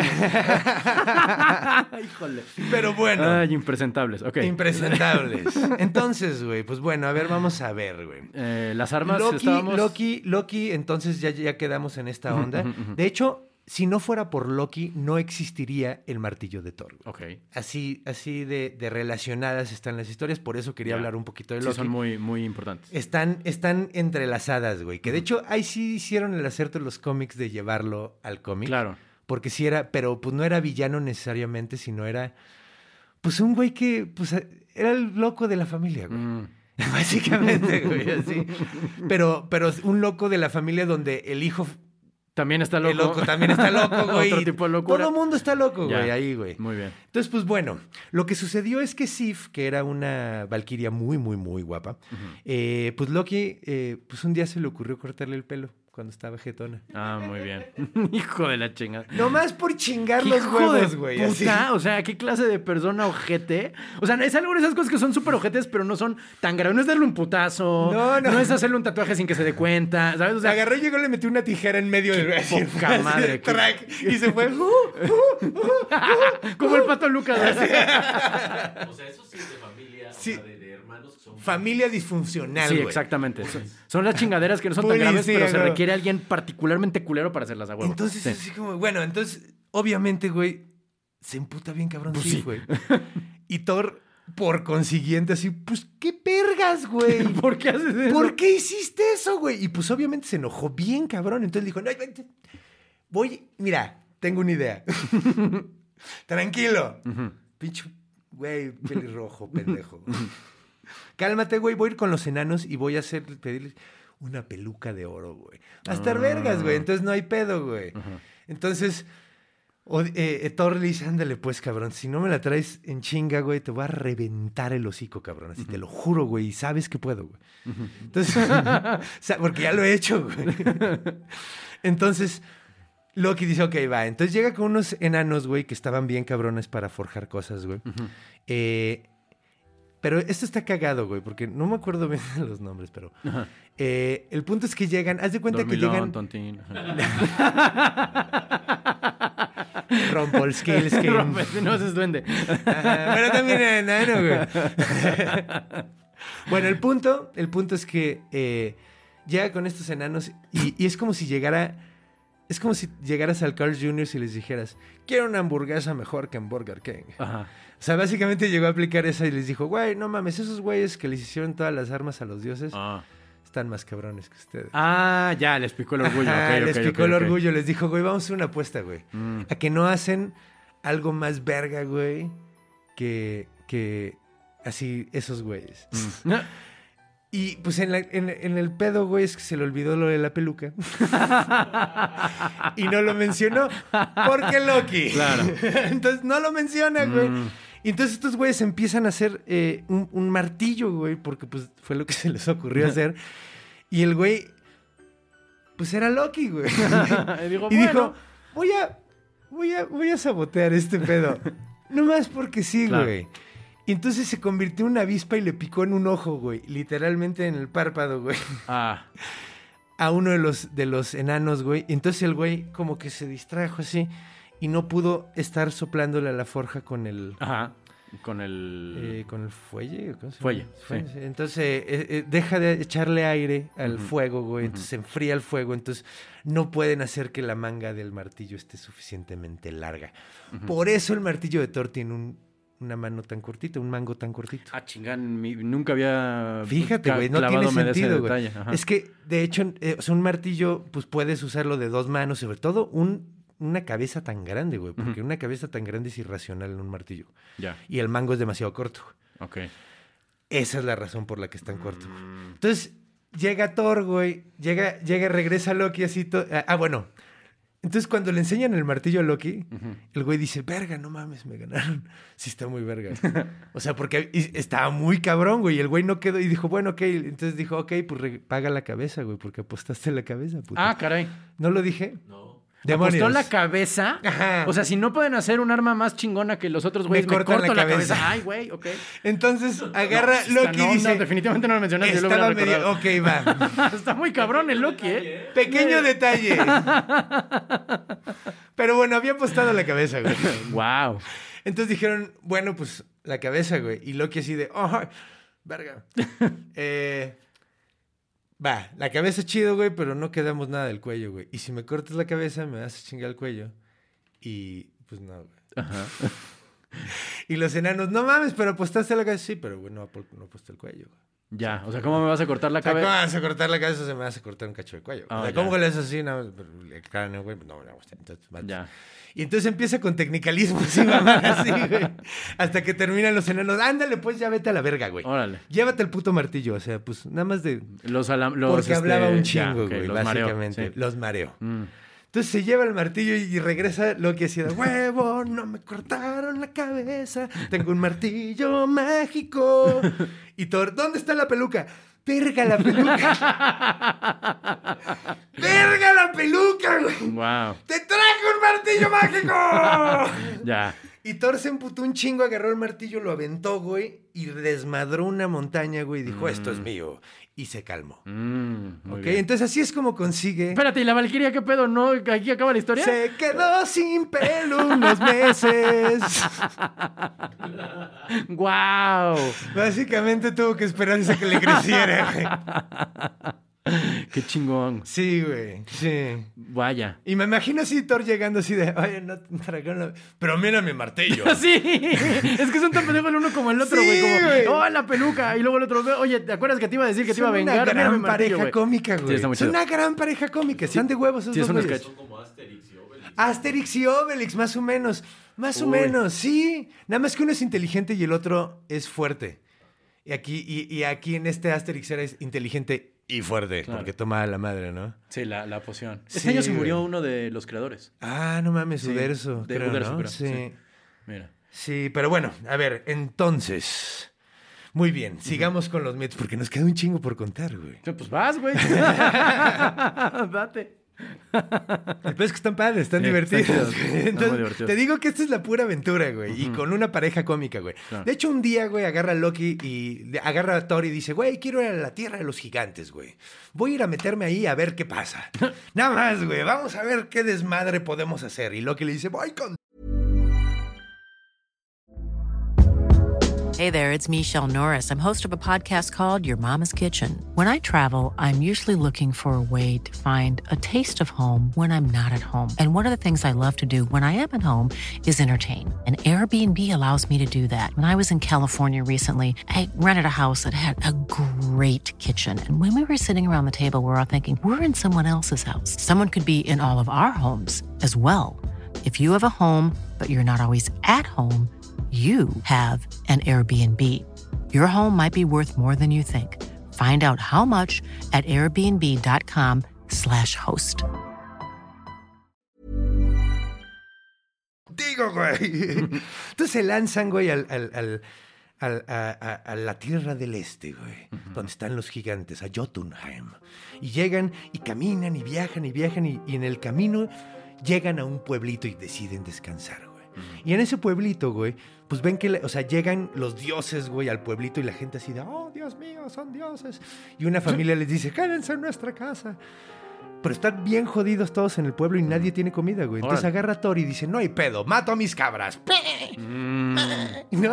Híjole. Pero bueno. Ay, impresentables, ok. Impresentables. Entonces, güey, pues bueno, a ver, vamos a ver, güey. Las armas estábamos... Loki, entonces ya quedamos en esta onda. De hecho... Si no fuera por Loki, no existiría el martillo de Thor. Okay. Así de relacionadas están las historias. Por eso quería hablar un poquito de Loki. Sí, son muy, muy importantes. Están entrelazadas, güey. Que de hecho, ahí sí hicieron el acerto de los cómics de llevarlo al cómic. Claro. Porque sí era... Pero pues no era villano necesariamente, sino era... Pues un güey que... Pues era el loco de la familia, güey. Básicamente, güey, así. Pero un loco de la familia donde el hijo... También está loco. El loco también está loco, güey. Otro tipo de locura. Todo el mundo está loco, güey, ahí, güey. Muy bien. Entonces, pues bueno, lo que sucedió es que Sif, que era una valquiria muy, muy, muy guapa, pues Loki, pues un día se le ocurrió cortarle el pelo cuando estaba jetona. Ah, muy bien. Hijo de la chingada. Nomás por chingar los huevos, güey. Puta, o sea, ¿qué clase de persona ojete? O sea, es algo de esas cosas que son súper ojetes, pero no son tan graves. No es darle un putazo. No es hacerle un tatuaje sin que se dé cuenta, ¿sabes? O sea, agarró y llegó, le metió una tijera en medio del... Poca madre. Track, y se fue... Como el Pato Lucas. O sea, eso sí es de familia, sí. O sea, de hermanos que son... Familia disfuncional, sí, güey. Exactamente. Son las chingaderas que no son tan graves, pero se requiere alguien particularmente culero para hacerlas a huevo. Entonces, así como... Bueno, entonces, obviamente, güey, se emputa bien cabrón, pues sí, güey. Y Thor, por consiguiente, así, pues, ¿qué vergas, güey? ¿Por qué haces eso? ¿Por qué hiciste eso, güey? Y pues, obviamente, se enojó bien cabrón. Entonces dijo, no, mira, tengo una idea. Tranquilo. Pinche, güey, pelirrojo, pendejo. Cálmate, güey, voy a ir con los enanos y voy a pedirles una peluca de oro, güey. Va a estar vergas, güey. Entonces no hay pedo, güey. Entonces, Thor le dice, ándale pues, cabrón. Si no me la traes en chinga, güey, te voy a reventar el hocico, cabrón. Así te lo juro, güey. Y sabes que puedo, güey. Entonces, porque ya lo he hecho, güey. Entonces, Loki dice, ok, va. Entonces llega con unos enanos, güey, que estaban bien cabrones para forjar cosas, güey. Pero esto está cagado, güey, porque no me acuerdo bien de los nombres, pero... el punto es que llegan... Haz de cuenta Dormilón, que llegan... Tontín. Rumpelstiltskin. No, ese es duende. Pero también era enano, güey. Bueno, el punto es que llega con estos enanos y es como si llegara... Es como si llegaras al Carl Jr. y les dijeras, quiero una hamburguesa mejor que en Burger King. Ajá. O sea, básicamente llegó a aplicar esa y les dijo, güey, no mames, esos güeyes que les hicieron todas las armas a los dioses están más cabrones que ustedes. Ah, ya, les picó el orgullo. Les picó el orgullo. Les dijo, güey, vamos a hacer una apuesta, güey. A que no hacen algo más verga, güey, que así esos güeyes. Y pues en el pedo, güey, es que se le olvidó lo de la peluca. Y no lo mencionó. Porque Loki. Claro. Entonces no lo menciona, güey. Y entonces estos güeyes empiezan a hacer un martillo, güey, porque pues fue lo que se les ocurrió hacer. Y el güey, pues era Loki, güey. Dijo, Y dijo, voy a sabotear este pedo. Nomás porque sí, Claro. güey. Y entonces se convirtió en una avispa y le picó en un ojo, güey. Literalmente en el párpado, güey. Ah. A uno de los enanos, güey. Y entonces el güey como que se distrajo así y no pudo estar soplándole a la forja con el... Ajá. Con el... con el fuelle. ¿Cómo se Fuelle, llama? sí. Entonces deja de echarle aire al fuego, güey. Entonces se enfría el fuego. Entonces no pueden hacer que la manga del martillo esté suficientemente larga. Por eso el martillo de Thor tiene una mano tan cortita, un mango tan cortito. Ah, chingán, nunca había Fíjate, güey, no tiene clavadome de ese sentido, güey. detalle. Ajá. Es que, de hecho, o sea, un martillo, pues puedes usarlo de 2 manos, sobre todo una cabeza tan grande, güey, porque una cabeza tan grande es irracional en un martillo. Ya, Y el mango es demasiado corto. ok. Esa es la razón por la que es tan corto. Entonces, llega Thor, güey, regresa Loki así. Bueno. Entonces, cuando le enseñan el martillo a Loki, el güey dice, verga, no mames, me ganaron. Sí está muy verga. O sea, porque estaba muy cabrón, güey. Y el güey no quedó y dijo, bueno, ok. Entonces dijo, ok, pues paga la cabeza, güey, porque apostaste la cabeza, puta. Ah, caray. ¿No lo dije? No. Demonios. ¿Apostó la cabeza? Ajá. O sea, si no pueden hacer un arma más chingona que los otros güeyes, me cortan corto la la cabeza. cabeza. Ay, güey, ok. Entonces agarra No, Loki no, y dice... no, definitivamente no lo mencionaste. Yo lo Estaba hubiera medio... recordado. Ok, va. Está muy cabrón el Loki, ¿eh? Pequeño detalle. Pero bueno, había apostado la cabeza, güey. Wow. Entonces dijeron, bueno, pues la cabeza, güey. Y Loki así de, oh, verga. Va, la cabeza es chido, güey, pero no quedamos nada del cuello, güey. Y si me cortas la cabeza, me vas a chingar el cuello. Y pues no, güey. Ajá. Y los enanos, no mames, pero apostaste la cabeza. Sí, pero güey, no aposté el cuello, güey. Ya, o sea, ¿cómo me vas a cortar la O sea, ¿cómo cabeza? vas a cortar la cabeza o se me vas a cortar un cacho de cuello? Ah, o sea, ya. ¿cómo que le haces así? No, el cráneo, güey. No, entonces, vale. Ya. Y entonces empieza con tecnicalismos y mamá así, güey. Hasta que terminan los enanos. Ándale, pues ya vete a la verga, güey. Órale. Llévate el puto martillo. O sea, pues nada más de... Los, Porque hablaba un chingo, ya, ok, güey, los mareó, básicamente. sí. Los mareó. Mm. Entonces se lleva el martillo y regresa Loki así de huevo, no me cortaron la cabeza, tengo un martillo mágico. Y Thor, ¿dónde está la peluca? ¡Verga la peluca! ¡Verga la peluca, güey! Wow. ¡Te traje un martillo mágico! Ya. Y Thor se emputó un chingo, agarró el martillo, lo aventó, güey, y desmadró una montaña, güey, y dijo, esto es mío. Y se calmó. Muy ¿Ok? bien. Entonces así es como consigue... Espérate, ¿y la Valquiria qué pedo? ¿No? ¿Aquí acaba la historia? Se quedó sin pelo unos meses. ¡Guau! Básicamente tuvo que esperarse a que le creciera, güey. ¡Qué chingón! Sí, güey. Sí. Vaya. Y me imagino así Thor llegando así de, oye, no trajeron la... Pero mira mi martillo. Sí, es que son tan pendejos el uno como el otro, Sí, güey. güey. Como, oh, la peluca. Y luego el otro, oye, ¿te acuerdas que te iba a decir que te iba a Son vengar? una Mira gran mi martillo, pareja güey. cómica, güey. Sí, está muy Son chido. una gran pareja cómica. Están de huevos esos Sí, es dos un güeyes. sketch. Como Asterix y Obelix. Asterix y Obelix, más o menos. Más o Uy. menos, sí. Nada más que uno es inteligente y el otro es fuerte. Y aquí en este Asterix era inteligente y fuerte, Claro. porque toma a la madre, ¿no? Sí, la poción. Sí, Este año se murió güey. uno de los creadores. Ah, no mames, Sí, Uderzo. de creo, Uderzo, ¿no? creo, Sí. sí. Mira. Sí, pero bueno, a ver, entonces. Muy bien, sigamos con los mitos, porque nos queda un chingo por contar, güey. Pues vas, güey. Date. El peor es que están padres, están Sí, divertidos. están chidos, güey. están muy Entonces, divertidos. te digo que esta es la pura aventura, güey. Y con una pareja cómica, güey. Claro. De hecho, un día, güey, agarra a Loki y agarra a Thor y dice, güey, quiero ir a la tierra de los gigantes, güey. Voy a ir a meterme ahí a ver qué pasa. Nada más, güey. Vamos a ver qué desmadre podemos hacer. Y Loki le dice, voy con... Hey there, it's Michelle Norris. I'm host of a podcast called Your Mama's Kitchen. When I travel, I'm usually looking for a way to find a taste of home when I'm not at home. And one of the things I love to do when I am at home is entertain. And Airbnb allows me to do that. When I was in California recently, I rented a house that had a great kitchen. And when we were sitting around the table, we were all thinking, we're in someone else's house. Someone could be in all of our homes as well. If you have a home, but you're not always at home, you have an Airbnb. Your home might be worth more than you think. Find out how much at airbnb.com/host. Digo, güey. Entonces se lanzan, güey, a la Tierra del Este, güey, donde están los gigantes, a Jotunheim. Y llegan y caminan y viajan y en el camino llegan a un pueblito y deciden descansar, güey. Y en ese pueblito, güey, pues ven que, llegan los dioses, güey, al pueblito y la gente así de, oh, Dios mío, son dioses. Y una familia les dice, quédense en nuestra casa. Pero están bien jodidos todos en el pueblo y nadie tiene comida, güey. Entonces agarra a Thor y dice, no hay pedo, mato a mis cabras. ¿No?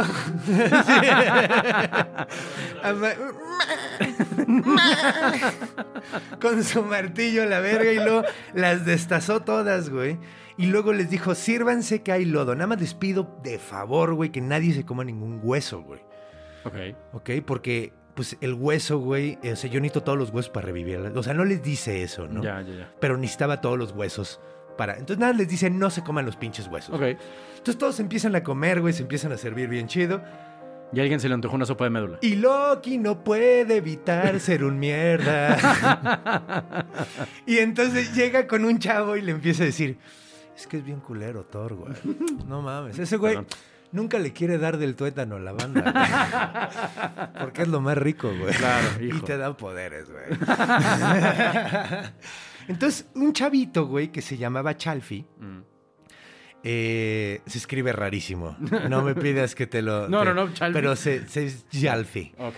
Con su martillo a la verga y luego las destazó todas, güey. Y luego les dijo, sírvanse que hay lodo. Nada más les pido de favor, güey, que nadie se coma ningún hueso, güey. Ok, porque... pues el hueso, güey, o sea, yo necesito todos los huesos para revivirla. O sea, no les dice eso, ¿no? Ya. Pero necesitaba todos los huesos para... Entonces nada, les dice, no se coman los pinches huesos. Ok. Entonces todos empiezan a comer, güey, se empiezan a servir bien chido. Y a alguien se le antojó una sopa de médula. Y Loki no puede evitar ser un mierda. Y entonces llega con un chavo y le empieza a decir, es que es bien culero Thor, güey. No mames, ese güey... Perdón. Nunca le quiere dar del tuétano a la banda, güey. Porque es lo más rico, güey. Claro, Y hijo. te da poderes, güey. Entonces, un chavito, güey, que se llamaba Chalfi, se escribe rarísimo. No me pidas que te lo... No, Chalfi. Pero es Jalfi. Ok.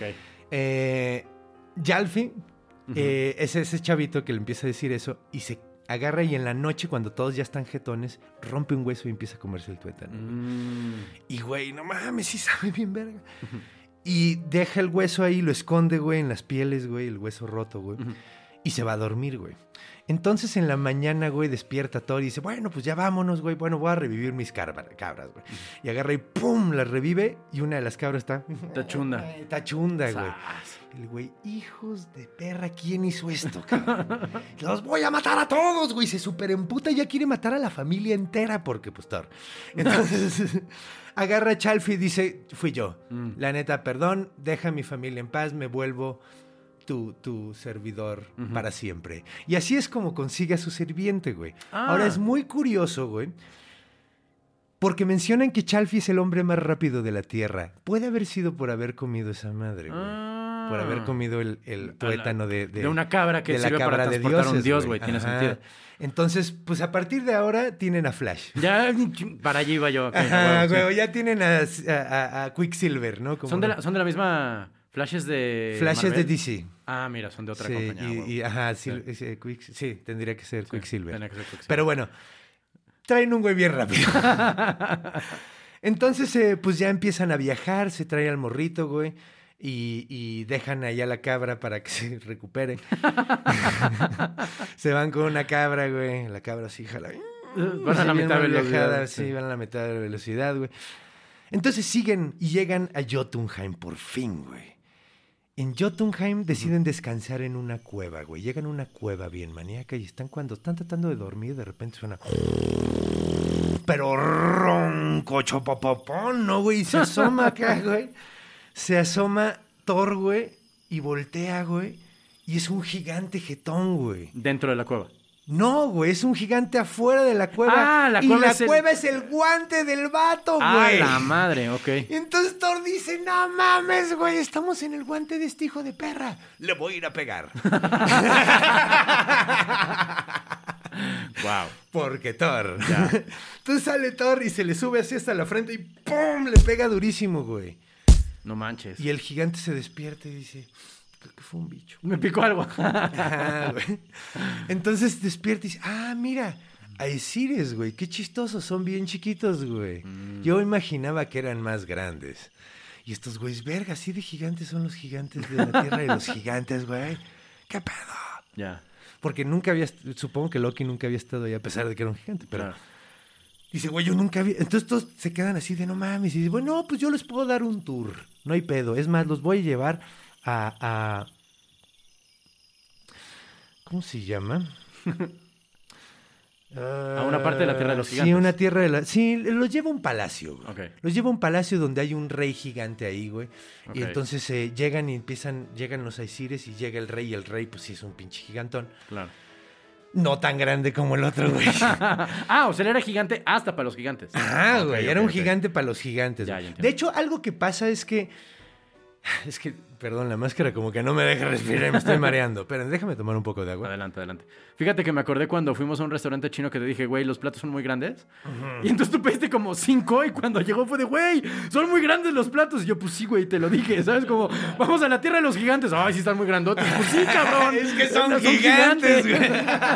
Jalfi es ese chavito que le empieza a decir eso y se agarra y en la noche, cuando todos ya están jetones, rompe un hueso y empieza a comerse el tuétano. Y, güey, no mames, sí sabe bien verga. Y deja el hueso ahí, lo esconde, güey, en las pieles, güey, el hueso roto, güey. Y se va a dormir, güey. Entonces, en la mañana, güey, despierta Thor y dice, bueno, pues ya vámonos, güey. Bueno, voy a revivir mis cabras, güey. Y agarra y ¡pum! Las revive y una de las cabras está... Tachunda. Tachunda, güey. El güey, hijos de perra, ¿quién hizo esto, cabrón? Los voy a matar a todos, güey. Se superemputa y ya quiere matar a la familia entera porque, pues, Thor. Entonces, agarra a Chalfi y dice, fui yo. La neta, perdón, deja a mi familia en paz, me vuelvo tu servidor para siempre. Y así es como consigue a su sirviente, güey. Ahora, es muy curioso, güey, porque mencionan que Chalfi es el hombre más rápido de la Tierra. Puede haber sido por haber comido esa madre, güey. Por haber comido el tuétano de una cabra que sirve para transportar un dios, güey. Tiene sentido. Entonces, pues a partir de ahora tienen a Flash. Ya, para allí iba yo. Ajá, güey, ya tienen a Quicksilver, ¿no? Como ¿Son de la misma Flashes de Flashes Marvel? de DC. Ah, mira, son de otra Sí, compañía. sí, tendría que ser Quicksilver. Tendría que ser Quicksilver. Pero bueno, traen un güey bien rápido. Entonces, pues ya empiezan a viajar, se trae al morrito, güey. Y dejan allá la cabra para que se recupere. Se van con una cabra, güey. La cabra sí jala. Van a la mitad de velocidad. Sí, van a la mitad de velocidad, güey. Entonces siguen y llegan a Jotunheim por fin, güey. En Jotunheim deciden descansar en una cueva, güey. Llegan a una cueva bien maníaca y cuando están tratando de dormir, de repente suena... Pero ronco, chopopopón, ¿no, güey? Y se asoma acá, güey. Se asoma Thor, güey, y voltea, güey. Y es un gigante jetón, güey. Dentro de la cueva. No, güey, es un gigante afuera de la cueva. Ah, la cueva cueva es el guante del vato, güey. Ah, la madre, ok. Y entonces Thor dice, no mames, güey, estamos en el guante de este hijo de perra. Le voy a ir a pegar. Wow. Porque Thor. Ya. Entonces sale Thor y se le sube así hasta la frente y ¡pum! Le pega durísimo, güey. No manches. Y el gigante se despierta y dice, creo que fue un bicho. Me picó algo. Güey. Entonces despierta y dice, mira, Aesires, güey, qué chistosos, son bien chiquitos, güey. Yo imaginaba que eran más grandes. Y estos güeyes, verga, así de gigantes son los gigantes de la Tierra y los gigantes, güey. ¿Qué pedo? Ya. Porque supongo que Loki nunca había estado ahí a pesar de que era un gigante, pero... Claro. Dice, güey, yo nunca había... Entonces todos se quedan así de, no mames. Y dice, bueno, no, pues yo les puedo dar un tour. No hay pedo. Es más, los voy a llevar a ¿cómo se llama? A una parte de la Tierra de los Gigantes. Sí, una tierra de la... Sí, los lleva a un palacio, güey. Ok. Los lleva a un palacio donde hay un rey gigante ahí, güey. Ok. Y entonces llegan los Aesires y llega el rey. Y el rey, pues sí, es un pinche gigantón. Claro. No tan grande como el otro, güey. O sea, él era gigante hasta para los gigantes. Ah, güey, Ok, era un ok. gigante para los gigantes. Ya, güey. ya entiendo. De hecho, algo que pasa es que, perdón, la máscara como que no me deja respirar, me estoy mareando. Pero déjame tomar un poco de agua. Adelante, adelante. Fíjate que me acordé cuando fuimos a un restaurante chino que te dije, güey, los platos son muy grandes. Y entonces tú pediste como 5 y cuando llegó fue de, güey, son muy grandes los platos. Y yo, pues sí, güey, te lo dije, ¿sabes? Como, vamos a la tierra de los gigantes. Ay, sí están muy grandotes. Pues sí, cabrón. Es que son gigantes, güey.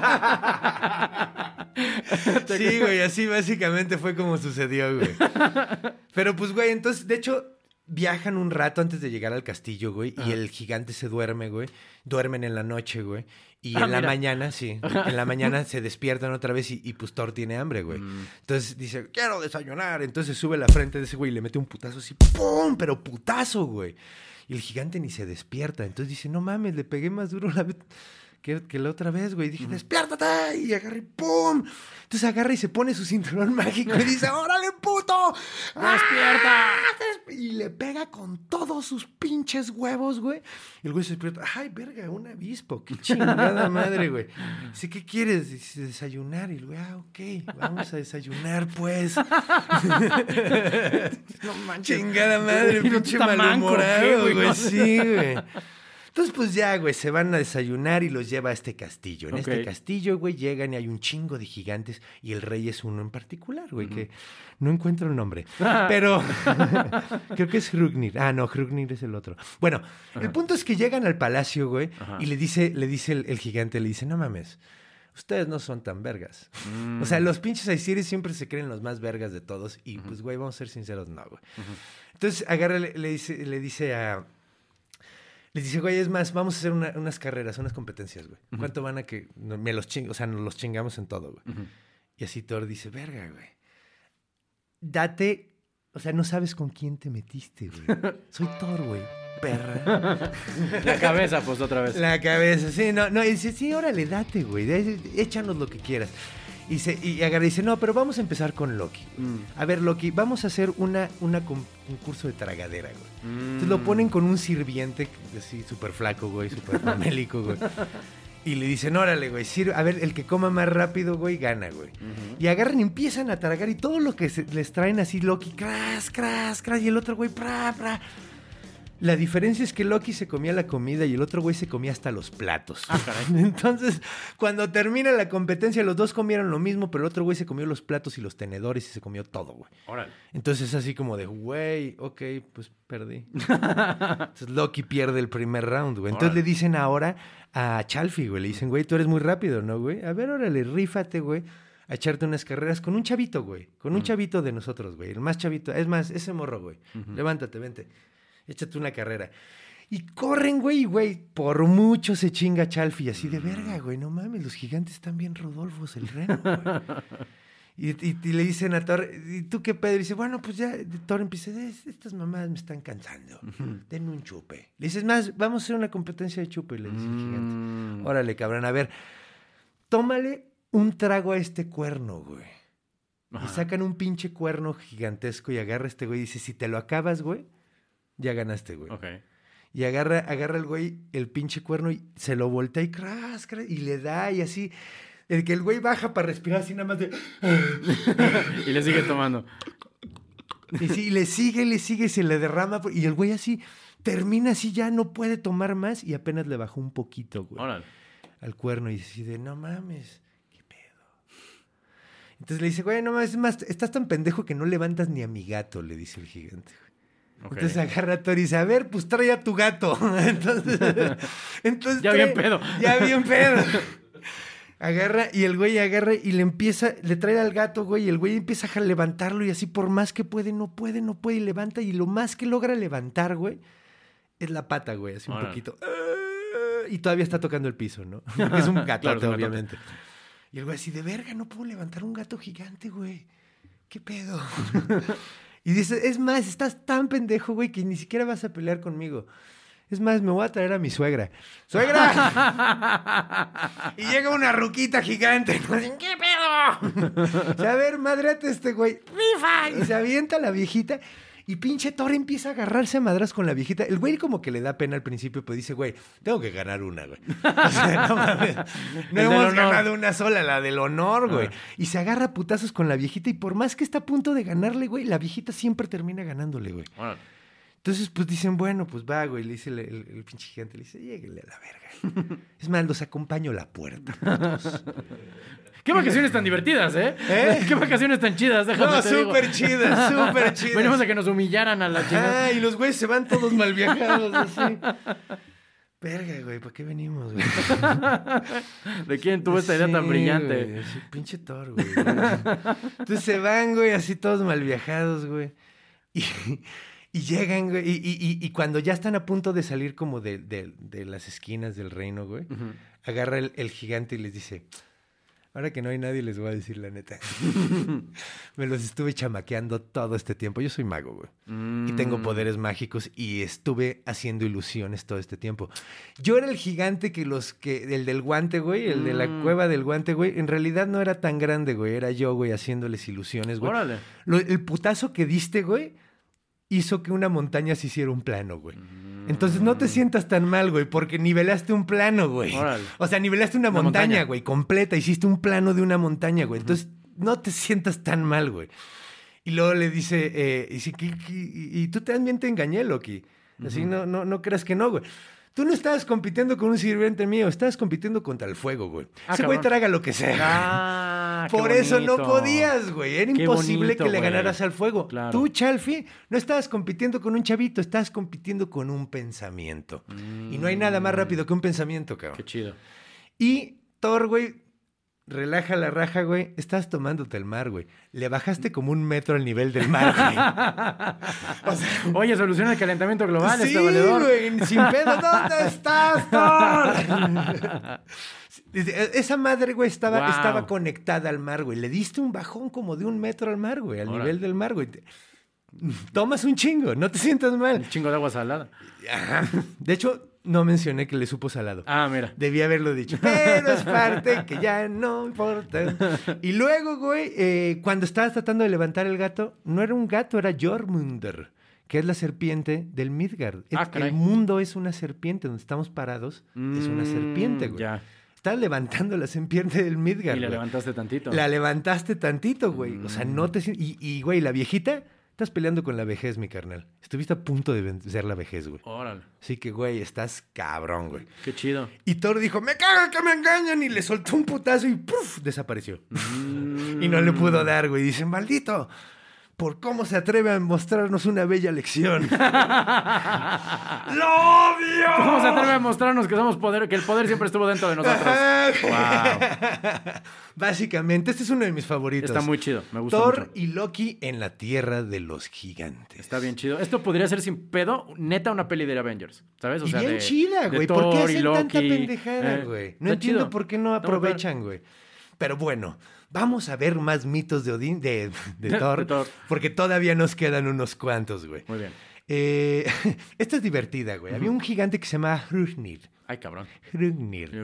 Sí, güey, así básicamente fue como sucedió, güey. Pero pues, güey, entonces, de hecho, viajan un rato antes de llegar al castillo, güey, y el gigante se duerme, güey. Duermen en la noche, güey. Y en la mira. mañana, sí, en la mañana se despiertan otra vez y pues Thor tiene hambre, güey. Entonces dice, quiero desayunar. Entonces sube la frente de ese güey y le mete un putazo así, ¡pum! Pero putazo, güey. Y el gigante ni se despierta. Entonces dice, no mames, le pegué más duro que la otra vez, güey. Dije, despiértate. Y agarra y ¡pum! Entonces agarra y se pone su cinturón mágico y dice, ¡órale, puto! ¡Despierta! Y le pega con todos sus pinches huevos, güey. Y el güey se despierta. ¡Ay, verga, un avispo! ¡Qué chingada madre, güey! Dice, ¿qué quieres? Dice, desayunar. Y el güey, ok, vamos a desayunar, pues. No manches. Chingada madre, ¿Y no pinche está manco, malhumorado, qué, güey? güey. Sí, güey. Entonces, pues ya, güey, se van a desayunar y los lleva a este castillo. En Ok. este castillo, güey, llegan y hay un chingo de gigantes y el rey es uno en particular, güey, que no encuentro el nombre. Pero creo que es Hrungnir. Ah, no, Hrungnir es el otro. Bueno, el punto es que llegan al palacio, güey, y le dice el gigante, le dice, no mames, ustedes no son tan vergas. O sea, los pinches Aesires siempre se creen los más vergas de todos y pues, güey, vamos a ser sinceros, no, güey. Entonces, agarra, le dice, güey, es más, vamos a hacer unas carreras, unas competencias, güey. ¿Cuánto van a que nos los chingamos en todo, güey? Y así Thor dice, verga, güey. Date, o sea, no sabes con quién te metiste, güey. Soy Thor, güey. Perra. La cabeza, pues, otra vez. La cabeza, sí, no. Y dice, sí, órale, date, güey. Échanos lo que quieras. Y agarra y dice, no, pero vamos a empezar con Loki. A ver, Loki, vamos a hacer un concurso de tragadera, güey. Entonces lo ponen con un sirviente así súper flaco, güey, súper famélico, güey. Y le dicen, órale, güey, a ver, el que coma más rápido, güey, gana, güey. Y agarran y empiezan a tragar y todo lo que les traen así, Loki, cras, cras, cras, y el otro, güey, pra, pra. La diferencia es que Loki se comía la comida y el otro güey se comía hasta los platos. Entonces, cuando termina la competencia, los dos comieron lo mismo, pero el otro güey se comió los platos y los tenedores y se comió todo, güey. Órale. Entonces es así como de, güey, ok, pues perdí. Entonces Loki pierde el primer round, güey. Entonces le dicen ahora a Chalfi, güey, le dicen, güey, tú eres muy rápido, ¿no, güey? A ver, órale, rífate, güey, a echarte unas carreras con un chavito, güey. Con un chavito de nosotros, güey. El más chavito, es más, ese morro, güey. Levántate, vente. Échate una carrera. Y corren, güey, por mucho se chinga Chalfi. Así de verga, güey, no mames, los gigantes están bien Rodolfos, el reno, güey. Y le dicen a Thor, ¿y tú qué pedo? Y dice, bueno, pues ya, Thor empieza, estas mamadas me están cansando. Denme un chupe. Le dices, más, vamos a hacer una competencia de chupe, le dice el gigante. Órale, cabrón, a ver, tómale un trago a este cuerno, güey. Y sacan un pinche cuerno gigantesco y agarra a este güey y dice, si te lo acabas, güey, ya ganaste, güey. Ok. Y agarra el güey el pinche cuerno y se lo voltea y cras, y le da y así. El güey baja para respirar así nada más de... Y le sigue tomando. Y sí, le sigue y se le derrama. Y el güey así termina así, ya no puede tomar más y apenas le bajó un poquito, güey. Órale. Al cuerno y así de, no mames, qué pedo. Entonces le dice, güey, no mames, es más, estás tan pendejo que no levantas ni a mi gato, le dice el gigante, güey. Okay. Entonces agarra a Thor y dice, a ver, pues trae a tu gato. Entonces ya bien pedo. Ya bien pedo. Agarra y el güey agarra y le trae al gato, güey, y el güey empieza a levantarlo y así por más que puede, no puede y levanta y lo más que logra levantar, güey, es la pata, güey, así un poquito. Y todavía está tocando el piso, ¿no? Porque es un gatote, claro, obviamente. Y el güey así, de verga, no puedo levantar un gato gigante, güey. ¿Qué pedo? Y dice, es más, estás tan pendejo, güey, que ni siquiera vas a pelear conmigo. Es más, me voy a traer a mi suegra. ¡Suegra! Y llega una ruquita gigante. ¿Qué pedo? O sea, a ver, madreate este güey. ¡Rifa! Y se avienta la viejita. Y pinche Thor empieza a agarrarse a madras con la viejita. El güey como que le da pena al principio, pero dice, güey, tengo que ganar una, güey. O sea, no mames. No hemos ganado una sola, la del honor, güey. Y se agarra a putazos con la viejita y por más que está a punto de ganarle, güey, la viejita siempre termina ganándole, güey. Entonces, pues dicen, bueno, pues va, güey. Le dice el pinche gigante, le dice, lléguenle a la verga. Es más, los acompaño a la puerta. Qué vacaciones tan divertidas, ¿eh? Qué vacaciones tan chidas, déjame No, te digo. súper chidas, súper chidas. Venimos a que nos humillaran a la chingada. Ah, y los güeyes se van todos mal viajados, así. Verga, güey, ¿para qué venimos, güey? ¿De quién tuvo esta idea tan brillante? Güey, así, pinche Thor, güey. Entonces se van, güey, así todos mal viajados, güey. Y llegan, güey, y cuando ya están a punto de salir como de las esquinas del reino, güey, agarra el gigante y les dice... Ahora que no hay nadie, les voy a decir la neta. Me los estuve chamaqueando todo este tiempo. Yo soy mago, güey. Y tengo poderes mágicos y estuve haciendo ilusiones todo este tiempo. Yo era el gigante el del guante, güey, el de la cueva del guante, güey. En realidad no era tan grande, güey. Era yo, güey, haciéndoles ilusiones, güey. Órale. El putazo que diste, güey, hizo que una montaña se hiciera un plano, güey. Entonces no te sientas tan mal, güey, porque nivelaste un plano, güey. Órale. O sea, nivelaste una montaña, güey, completa. Hiciste un plano de una montaña, güey. Entonces no te sientas tan mal, güey. Y luego le dice, y tú también te engañé, Loki. Así no creas que no, güey. Tú no estabas compitiendo con un sirviente mío, estabas compitiendo contra el fuego, güey. Ese güey traga lo que sea. Por eso no podías, güey. Era imposible que le ganaras al fuego. Claro. Tú, Chalfi, no estabas compitiendo con un chavito, estabas compitiendo con un pensamiento. Y no hay nada más rápido que un pensamiento, cabrón. Qué chido. Y Thor, güey, relaja la raja, güey. Estás tomándote el mar, güey. Le bajaste como 1 metro al nivel del mar, güey. O sea, oye, soluciona el calentamiento global, sí, este valedor. Güey, sin pedo. ¿Dónde estás, Thor? Esa madre, güey, estaba conectada al mar, güey. Le diste un bajón como de 1 metro al mar, güey, al nivel del mar, güey. Tomas un chingo, no te sientas mal. Un chingo de agua salada. Ajá. De hecho, no mencioné que le supo salado. Ah, mira. Debí haberlo dicho. Pero es parte que ya no importa. Y luego, güey, cuando estabas tratando de levantar el gato, no era un gato, era Jormungandr, que es la serpiente del Midgard. El mundo es una serpiente, donde estamos parados es una serpiente, güey. Ya. Estás levantando la serpiente del Midgard. Y la levantaste tantito. La levantaste tantito, güey. O sea, no te... Y, güey, la viejita... Estás peleando con la vejez, mi carnal. Estuviste a punto de vencer la vejez, güey. Órale. Así que, güey, estás cabrón, güey. Qué chido. Y Thor dijo, me caga que me engañan. Y le soltó un putazo y ¡puf! Desapareció. Y no le pudo dar, güey. Dice, maldito, por cómo se atreve a mostrarnos una bella lección. ¡Lo odio! ¿Cómo se atreve a mostrarnos que somos poder, que el poder siempre estuvo dentro de nosotros? ¡Wow! Básicamente, este es uno de mis favoritos. Está muy chido, me gusta Thor mucho. y Loki en la Tierra de los Gigantes. Está bien chido. Esto podría ser sin pedo, neta, una peli de Avengers, ¿sabes? O y sea, bien chida, güey. ¿Por qué hacen tanta pendejada, güey? No entiendo por qué no aprovechan, güey. Pero bueno, vamos a ver más mitos de Odín, de Thor, porque todavía nos quedan unos cuantos, güey. Muy bien. Esta es divertida, güey. Había un gigante que se llamaba Hrungnir. Ay, cabrón. Hrungnir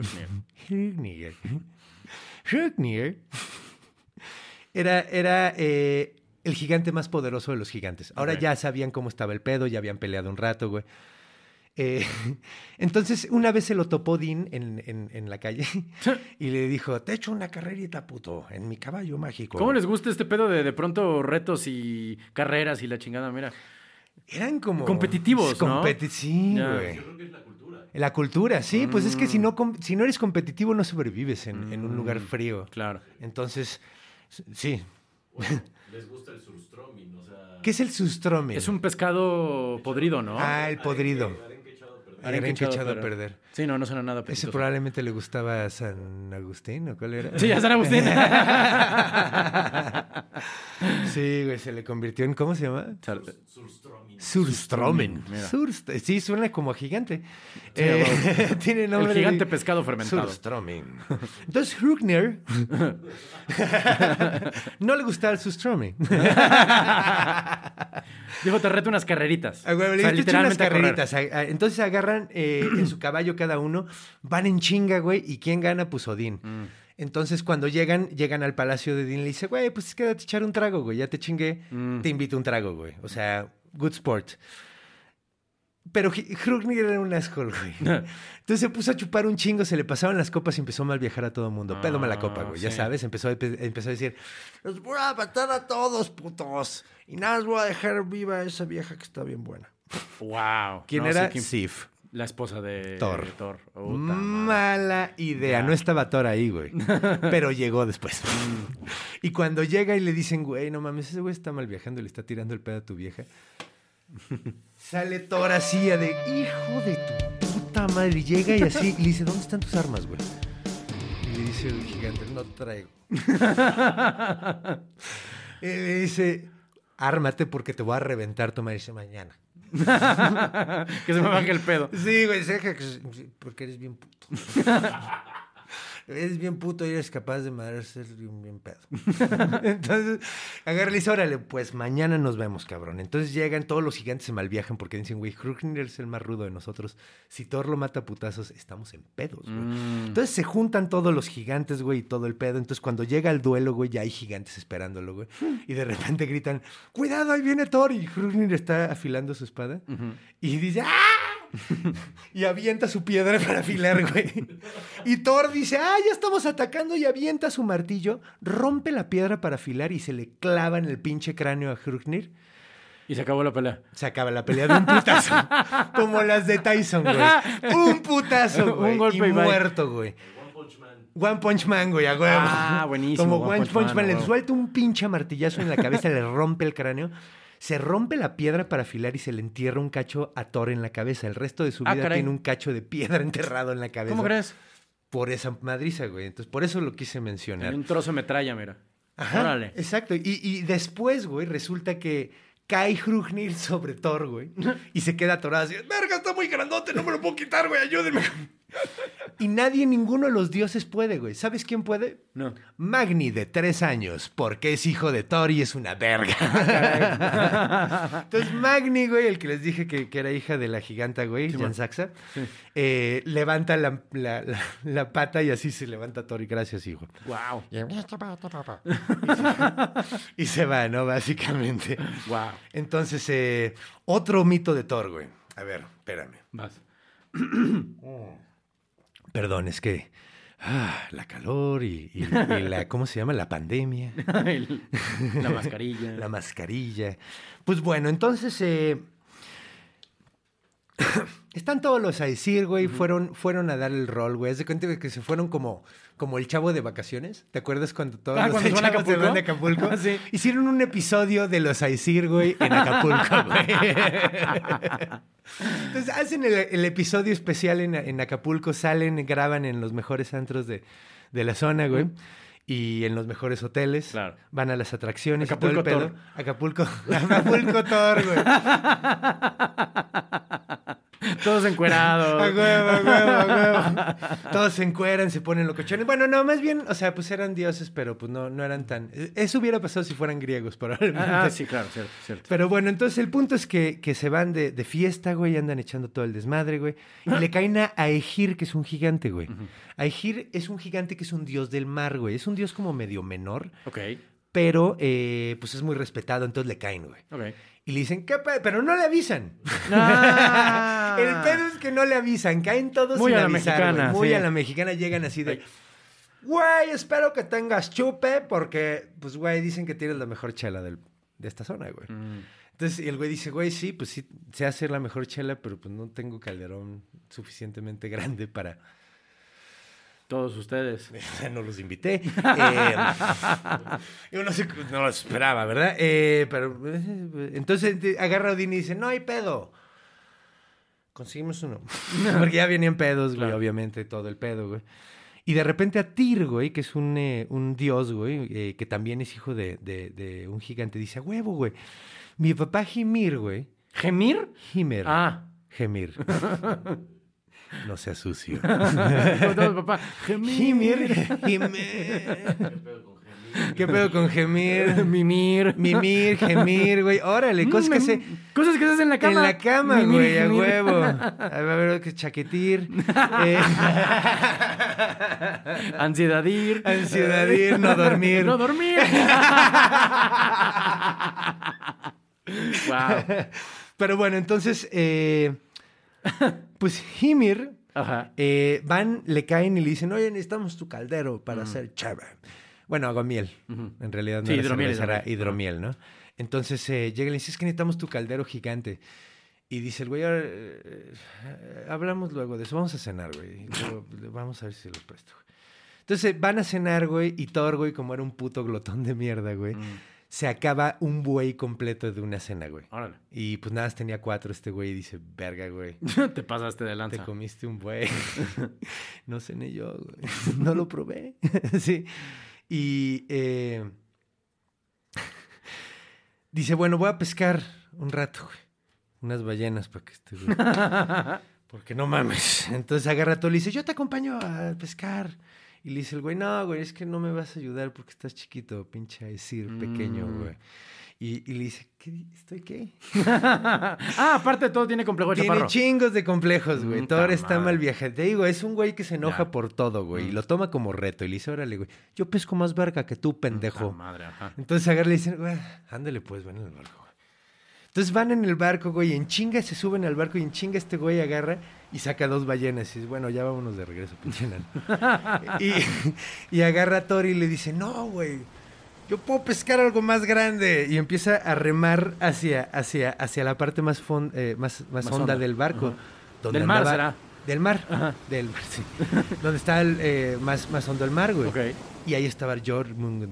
era el gigante más poderoso de los gigantes. Ahora ya sabían cómo estaba el pedo, ya habían peleado un rato, güey. Entonces, una vez se lo topó Odín en la calle y le dijo, te echo una carrerita, puto, en mi caballo mágico. ¿Cómo les gusta este pedo de pronto retos y carreras y la chingada? Mira. Eran como... competitivos, ¿no? Sí, güey. Yo creo que es la cultura. La cultura, sí. Pues es que si no eres competitivo, no sobrevives en un lugar frío. Claro. Entonces, sí. Bueno, les gusta el surströmming, o sea... ¿Qué es el surströmming? Es un pescado podrido, ¿no? Ah, el podrido. Arenque echado a perder. Arenque echado a perder. Sí, no suena nada apetitoso. Ese probablemente le gustaba a San Agustín, ¿o cuál era? Sí, a San Agustín. Sí, güey, se le convirtió en... ¿Cómo se llama? Surströmming. Surströmming. Mira. Sí, suena como gigante. Sí, tiene nombre el gigante de... pescado fermentado. Surströmming. Entonces, Hrungnir no le gustaba el surströmming. Dijo, te reto unas carreritas. Ah, güey, O sea, literalmente unas a correr. carreritas. Entonces agarran en su caballo cada uno, van en chinga, güey, y ¿quién gana? Pues Odín. Entonces, cuando llegan al palacio de Odín, le dice, güey, pues quédate a echar un trago, güey. Ya te chingué, te invito a un trago, güey. O sea, good sport. Pero Hrungnir era un asshole, güey. Entonces se puso a chupar un chingo, se le pasaban las copas y empezó a mal viajar a todo el mundo. Pedo mala copa, güey, ya sabes. Empezó a decir, los voy a matar a todos, putos. Y nada, os voy a dejar viva a esa vieja que está bien buena. Wow. ¿Quién era? Sif. La esposa de Thor. Puta Mala idea. No estaba Thor ahí, güey. Pero llegó después. Y cuando llega y le dicen, güey, no mames, ese güey está mal viajando y le está tirando el pedo a tu vieja. Sale Thor así de, hijo de tu puta madre. Y llega y así, y le dice, ¿dónde están tus armas, güey? Y le dice el gigante, no traigo. Y le dice, ármate porque te voy a reventar tu madre. Y dice, mañana. Que se me baje el pedo. Sí, güey, porque eres bien puto. Eres bien puto y eres capaz de madrearse bien pedo. Entonces, agarra y le dice, órale, pues mañana nos vemos, cabrón. Entonces llegan, todos los gigantes se malviajan porque dicen, güey, Hrungnir es el más rudo de nosotros. Si Thor lo mata a putazos, estamos en pedos, güey. Entonces se juntan todos los gigantes, güey, y todo el pedo. Entonces cuando llega el duelo, güey, ya hay gigantes esperándolo, güey. Y de repente gritan, cuidado, ahí viene Thor. Y Hrungnir está afilando su espada. Y dice, ¡ah! Y avienta su piedra para afilar, güey. Y Thor dice, ya estamos atacando, y avienta su martillo, rompe la piedra para afilar y se le clava en el pinche cráneo a Hrungnir. Y se acabó la pelea. Se acaba la pelea de un putazo. Como las de Tyson, güey. Un putazo, güey. Un golpe y muerto, güey. One Punch Man, güey, a huevo. Buenísimo. Como One Punch Man, le suelta un pinche martillazo en la cabeza, le rompe el cráneo. Se rompe la piedra para afilar y se le entierra un cacho a Thor en la cabeza. El resto de su vida tiene un cacho de piedra enterrado en la cabeza. ¿Cómo crees? Por esa madriza, güey. Entonces, por eso lo quise mencionar. Hay un trozo de metralla, mira. Ajá, órale. Exacto. Y después, güey, resulta que cae Hrungnir sobre Thor, güey. Y se queda atorado así. ¡Verga, está muy grandote! ¡No me lo puedo quitar, güey! ¡Ayúdenme! Y ninguno de los dioses puede, güey. ¿Sabes quién puede? No. Magni, de 3 años, porque es hijo de Thor y es una verga. Entonces, Magni, güey, el que les dije que era hija de la giganta, güey, Jan Saxa, levanta la pata y así se levanta Thor y gracias, hijo. Wow. Y se va, ¿no? Básicamente. Wow. Entonces, otro mito de Thor, güey. A ver, espérame. Vas. Perdón, es que la calor y la, ¿cómo se llama? La pandemia. La mascarilla. La mascarilla. Pues bueno, entonces están todos los Aesir, güey. Fueron a dar el rol, güey. Haz de cuenta que se fueron como el chavo de vacaciones. ¿Te acuerdas cuando todos los cuando chavos se van a Acapulco? Sí. Hicieron un episodio de los Aesir, güey, en Acapulco, güey. Entonces hacen el episodio especial en Acapulco, salen, graban en los mejores antros de la zona, güey. Y en los mejores hoteles. Claro. Van a las atracciones Acapulco y todo el pedo. Thor. Acapulco Thor, güey. Todos encuerados. A huevo. Todos se encueran, se ponen locochones. Bueno, no, más bien, o sea, pues eran dioses, pero pues no eran tan... Eso hubiera pasado si fueran griegos, probablemente. Sí, claro, cierto. Pero bueno, entonces el punto es que se van de fiesta, güey, andan echando todo el desmadre, güey. Y le caen a Aegir, que es un gigante, güey. Aegir es un gigante que es un dios del mar, güey. Es un dios como medio menor. Ok. Pero, pues es muy respetado, entonces le caen, güey. Ok. Y le dicen, ¿qué pedo? Pero no le avisan. Ah. El pedo es que no le avisan. Caen todos Muy sin a la avisar, mexicana, güey. Muy sí. a la mexicana. Llegan así de, güey, espero que tengas chupe porque, pues, güey, dicen que tienes la mejor chela de esta zona, güey. Entonces, el güey dice, güey, sí, pues sí, sé hacer la mejor chela, pero pues no tengo calderón suficientemente grande para... Todos ustedes. No los invité. Yo no los esperaba, ¿verdad? Pero entonces agarra a Odín y dice, no hay pedo. Conseguimos uno. Porque ya venían pedos, güey, Claro. obviamente, todo el pedo, güey. Y de repente a Tyr, güey, que es un dios, güey, que también es hijo de un gigante, dice, a huevo, güey. Mi papá Hymir, güey. ¿Gemir? Hymir. Ah. Hymir. No sea sucio. Todos, papá. Hymir. ¿Qué pedo con gemir? Mimir. Mimir, gemir, güey. Órale, cosas que se... Cosas que se hacen en la cama. En la cama, Mimir, güey, a gemir. huevo. A ver, que chaquetir. Ansiedadir. Ansiedadir, no dormir. No dormir. Wow. Pero bueno, entonces, pues Hymir, Ajá. van, le caen y le dicen, oye, necesitamos tu caldero para hacer chévere. Bueno, aguamiel. En realidad no Sí, era hidromiel, cerveza, era hidromiel. hidromiel, ¿no? Entonces llega y le dice, es que necesitamos tu caldero gigante. Y dice el güey, hablamos luego de eso, vamos a cenar, güey. Y luego, vamos a ver si los presto, güey. Entonces van a cenar, güey, y Thor, güey, como era un puto glotón de mierda, güey, se acaba un buey completo de una cena, güey. Órale. Y pues nada, tenía 4 este güey y dice, verga, güey, Te pasaste de lanza. te comiste un buey. No cené yo, güey. No lo probé. Sí. Y dice, bueno, voy a pescar un rato, güey. Unas ballenas para que esté, güey. Porque no mames. Entonces agarra todo y le dice, yo te acompaño a pescar. Y le dice el güey, no, güey, es que no me vas a ayudar porque estás chiquito, pinche decir pequeño, güey. Y le dice, ¿qué? ¿Estoy qué? Aparte de todo tiene complejo de Tiene chaparro. chingos de complejos, güey. Puta Thor está madre. mal viaje. Te digo, es un güey que se enoja Ya. por todo, güey. Y lo toma como reto. Y le dice, órale, güey, yo pesco más verga que tú, pendejo. Puta madre, ajá. Entonces agarra y le dicen, güey, ándale pues, van en el barco, güey. Entonces van en el barco, güey, y en chinga se suben al barco y en chinga este güey agarra y saca 2 ballenas. Y dice, bueno, ya vámonos de regreso, pinche enano. y agarra a Thor y le dice, no, güey, yo puedo pescar algo más grande. Y empieza a remar hacia la parte más honda del barco. Donde Del mar, andaba- ¿será? Del mar. Ajá. Del mar, sí. Donde está más hondo el mar, güey. Ok. Y ahí estaba Jormungandr,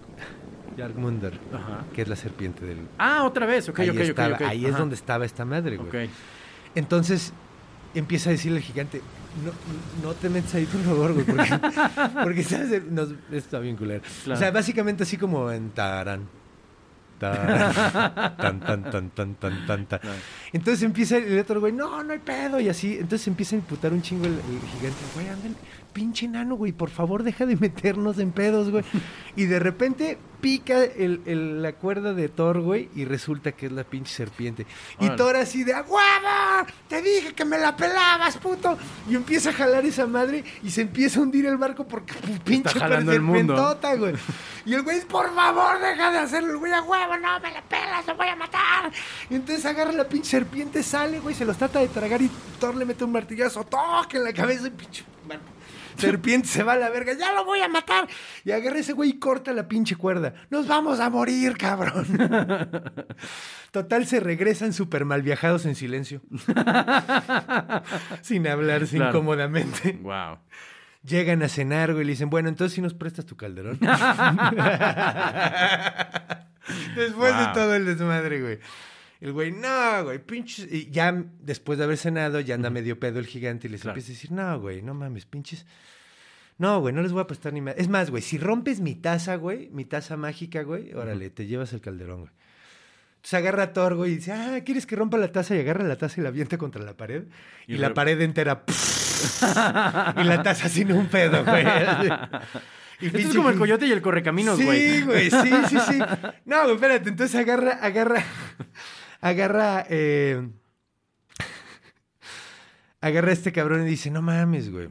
Ajá. que es la serpiente del... Ah, otra vez. Ok, ahí ok. ahí es Ajá. donde estaba esta madre, güey. Ok. Entonces empieza a decirle al gigante, no te metas ahí, por favor, güey, porque ¿sabes? Está bien culero. Claro. O sea, básicamente así como en Tarán. Tan, tan. Entonces empieza el otro güey, no hay pedo, y así. Entonces empieza a imputar un chingo el gigante. Güey, anden, pinche enano, güey, por favor, deja de meternos en pedos, güey. Y de repente pica la cuerda de Thor, güey, y resulta que es la pinche serpiente. Y Órale. Thor así de, ¡a huevo! Te dije que me la pelabas, puto. Y empieza a jalar esa madre y se empieza a hundir el barco porque pinche jalando el mundo. serpientota, güey. Y el güey, por favor, deja de hacerlo. El güey, a huevo, no me la pelas, lo voy a matar. Y entonces agarra la pinche serpiente, sale, güey, se los trata de tragar y Thor le mete un martillazo, toque en la cabeza y pinche serpiente se va a la verga, ya lo voy a matar. Y agarra ese güey y corta la pinche cuerda. Nos vamos a morir, cabrón. Total, se regresan súper mal viajados en silencio. Sin hablarse Claro. incómodamente. Wow. Llegan a cenar, güey, y le dicen, bueno, entonces sí nos prestas tu calderón. Después de Wow. todo el desmadre, güey. El güey, no, güey, pinches. Y ya después de haber cenado, ya anda medio pedo el gigante y les Claro. empieza a decir, no, güey, no mames, pinches. No, güey, no les voy a prestar ni más. Es más, güey, si rompes mi taza, güey, mi taza mágica, güey, órale, te llevas el calderón, güey. Entonces agarra a Thor, güey, y dice, ¿quieres que rompa la taza? Y agarra la taza y la avienta contra la pared. Y la pared entera. Y la taza sin un pedo, güey. Y Esto es pinche como el gig- coyote y el correcaminos, güey. Sí, güey, sí. No, güey, espérate. Entonces agarra a este cabrón y dice, no mames, güey.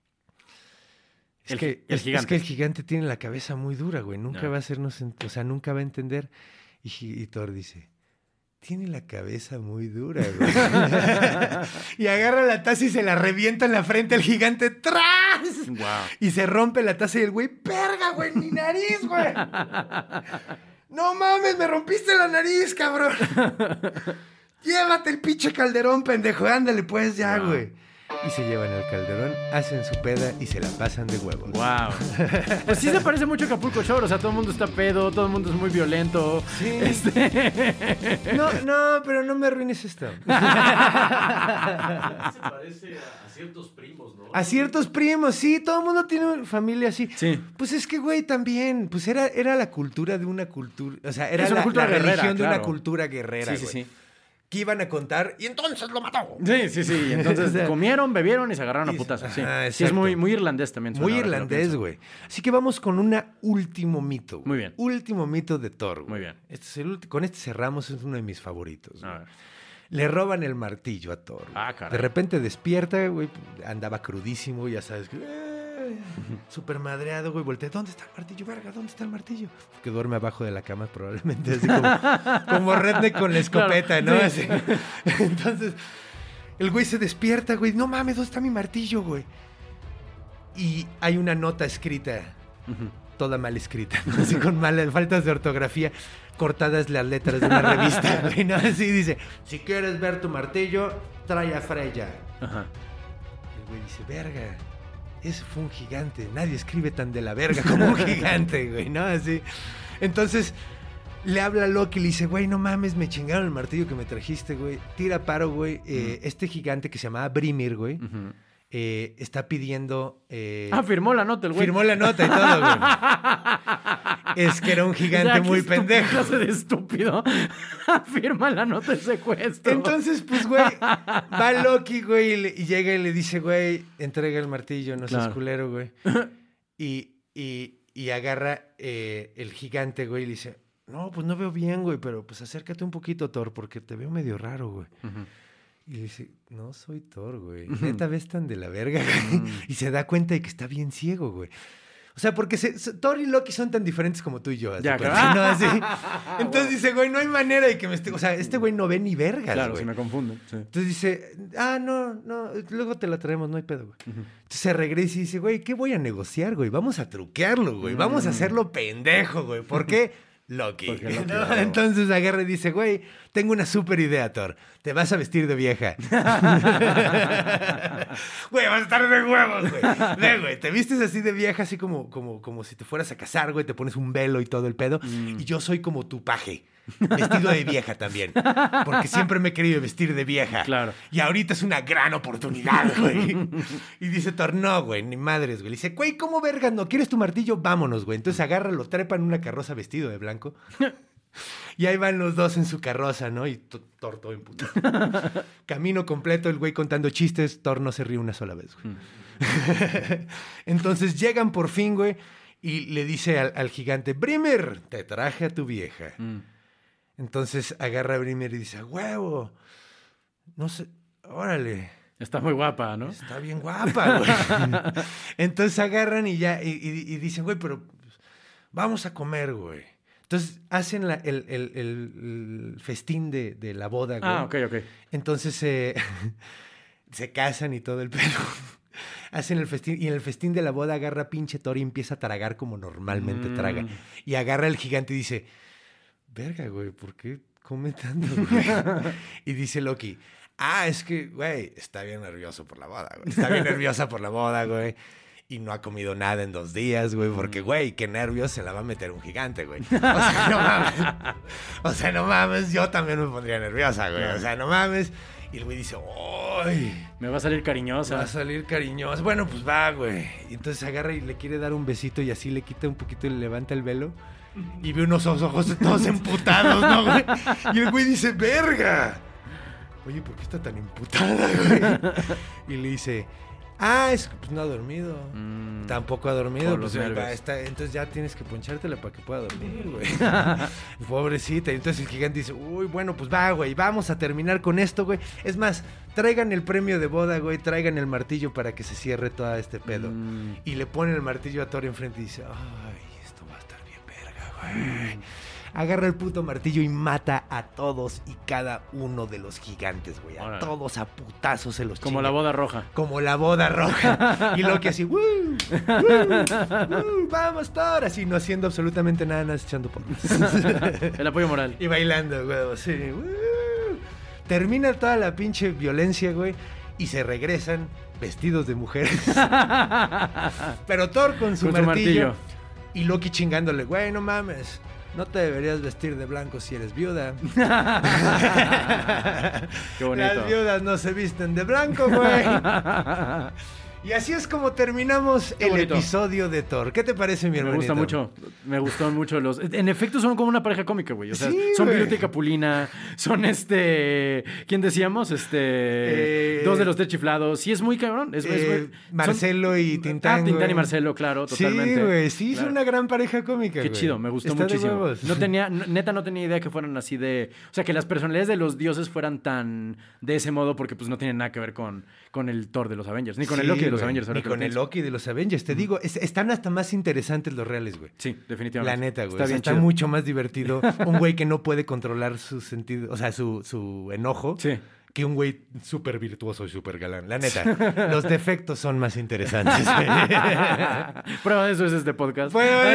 Es que el gigante tiene la cabeza muy dura, güey. Nunca va a hacernos, o sea, nunca va a entender. Y Thor dice, tiene la cabeza muy dura, güey. Y agarra la taza y se la revienta en la frente al gigante. ¡Tras! Wow. Y se rompe la taza y el güey, ¡verga, güey! ¡Mi nariz, güey! ¡No mames, me rompiste la nariz, cabrón! Llévate el pinche calderón, pendejo. Ándale, pues, ya, güey. Y se llevan el calderón, hacen su peda y se la pasan de huevos. Wow. Pues sí se parece mucho a Acapulco Shore. O sea, todo el mundo está pedo, todo el mundo es muy violento. Sí. No, pero no me arruines esto. Se parece a ciertos primos, ¿no? A ciertos primos, sí, todo el mundo tiene familia así. Sí. Pues es que, güey, también, pues era la cultura de una cultura, o sea, era Es una la cultura religión guerrera, de una claro. cultura guerrera, Sí, güey. sí. que iban a contar y entonces lo mató. Sí. Y entonces comieron, bebieron y se agarraron a putazos. Sí. Sí, es muy, muy irlandés también. Muy irlandés, güey. Así que vamos con un último mito. Güey. Muy bien. Último mito de Thor, güey. Muy bien. Este es con este cerramos, es uno de mis favoritos. A ver. Le roban el martillo a Thor. Ah, caray. De repente despierta, güey, andaba crudísimo, ya sabes, súper madreado, güey, voltea, ¿dónde está el martillo, verga? ¿Dónde está el martillo? Porque duerme abajo de la cama probablemente, así como redneck con la escopeta, claro, ¿no? Sí. Así. Entonces, el güey se despierta, güey, no mames, ¿dónde está mi martillo, güey? Y hay una nota escrita, toda mal escrita, ¿no? Así con faltas de ortografía, cortadas las letras de una revista, güey, ¿no? Así dice, si quieres ver tu martillo, trae a Freya. Ajá. El güey dice, verga, ese fue un gigante, nadie escribe tan de la verga como un gigante, güey, ¿no? Así. Entonces, le habla a Loki y le dice, güey, no mames, me chingaron el martillo que me trajiste, güey. Tira paro, güey. Este gigante que se llamaba Brimir, güey, está pidiendo... firmó la nota el güey. Firmó la nota y todo, güey. Es que era un gigante muy pendejo. Clase de estúpido. Firma la nota de secuestro. Entonces, pues, güey, va Loki, güey, y llega y le dice, güey, entrega el martillo, no seas culero, güey. Y agarra el gigante, güey, y le dice, no, pues no veo bien, güey, pero pues acércate un poquito, Thor, porque te veo medio raro, güey. Y le dice, no soy Thor, güey. Neta, ves tan de la verga, güey. Y se da cuenta de que está bien ciego, güey. O sea, porque Thor y Loki son tan diferentes como tú y yo. Ya, claro. ¿no? Así. Entonces dice, güey, no hay manera de que me esté... O sea, este güey no ve ni vergas, claro, güey. se me confunde. Sí. Entonces dice, no, luego te la traemos, no hay pedo, güey. Entonces se regresa y dice, güey, ¿qué voy a negociar, güey? Vamos a truquearlo, güey. Vamos a hacerlo pendejo, güey. ¿Por qué? Loki. ¿No? Entonces agarra y dice, güey, tengo una súper idea, Thor. Te vas a vestir de vieja. Güey, vas a estar de huevos, güey. Ve, güey, te vistes así de vieja, así como si te fueras a casar, güey. Te pones un velo y todo el pedo. Y yo soy como tu paje. Vestido de vieja también. Porque siempre me he querido vestir de vieja. Claro. Y ahorita es una gran oportunidad, güey. Y dice Thor, no, güey, ni madres, güey. Le dice, güey, ¿cómo vergas no? ¿Quieres tu martillo? Vámonos, güey. Entonces agarra, lo trepa en una carroza vestido de blanco. Y ahí van los dos en su carroza, ¿no? Y Thor todo imputado. Camino completo, el güey contando chistes. Thor no se ríe una sola vez, güey. Entonces llegan por fin, güey. Y le dice al gigante, Brimir, te traje a tu vieja. Entonces agarra a Brimir y dice, huevo, no sé, órale. Está muy guapa, ¿no? Está bien guapa, güey. Entonces agarran y ya, y dicen, güey, pero vamos a comer, güey. Entonces hacen el festín de la boda, güey. Ah, ok. Entonces se casan y todo el pedo. Hacen el festín, y en el festín de la boda agarra pinche Thor y empieza a tragar como normalmente traga. Y agarra al gigante y dice, verga, güey, ¿por qué come tanto, güey? Y dice Loki, es que, güey, está bien nervioso por la boda, güey. Está bien nerviosa por la boda, güey. Y no ha comido nada en 2 días, güey, porque, güey, qué nervios se la va a meter un gigante, güey. O sea, no mames, yo también me pondría nerviosa, güey. O sea, no mames. Y el güey dice, ¡ay! Me va a salir cariñosa. Va a salir cariñosa. Bueno, pues va, güey. Y entonces agarra y le quiere dar un besito y así le quita un poquito y le levanta el velo. Y ve unos ojos todos emputados, ¿no, güey? Y el güey dice, ¡verga! Oye, ¿por qué está tan emputada, güey? Y le dice, es que pues no ha dormido. Tampoco ha dormido. Pues, entonces ya tienes que ponchártela para que pueda dormir, güey. Pobrecita. Y entonces el gigante dice, uy, bueno, pues va, güey. Vamos a terminar con esto, güey. Es más, traigan el premio de boda, güey. Traigan el martillo para que se cierre todo este pedo. Y le ponen el martillo a Thor enfrente y dice, ay, esto va a estar bien verga, güey. Agarra el puto martillo y mata a todos y cada uno de los gigantes, güey. A todos a putazos se los chinga. Como la boda roja. Como la boda roja. Y Loki así, vamos, Thor. Así, no haciendo absolutamente nada, nada echando porras. El apoyo moral. Y bailando, güey, así. Termina toda la pinche violencia, güey. Y se regresan vestidos de mujeres. Pero Thor con su martillo. Y Loki chingándole, güey, no mames. No te deberías vestir de blanco si eres viuda. Qué bonito. Las viudas no se visten de blanco, güey. Y así es como terminamos el episodio de Thor. ¿Qué te parece, mi hermanito? Me gustó mucho En efecto, son como una pareja cómica, güey. O sea, sí, son Viruta y Capulina. Son ¿quién decíamos? Dos de los tres chiflados. Sí, es muy cabrón. Marcelo y Tintán. Tintán y Marcelo, claro, totalmente. Sí, güey. Sí, claro. son una gran pareja cómica, Qué chido, me gustó muchísimo. No tenía idea que fueran así de... O sea, que las personalidades de los dioses fueran tan de ese modo, porque pues no tienen nada que ver con el Thor de los Avengers, ni con el Loki de los Avengers. Ni con el Loki de los Avengers. Te digo, están hasta más interesantes los reales, güey. Sí, definitivamente. La neta, güey. Está mucho más divertido un güey que no puede controlar su sentido, o sea, su enojo. Sí. Que un güey súper virtuoso y súper galán. La neta, los defectos son más interesantes. Prueba de eso es este podcast.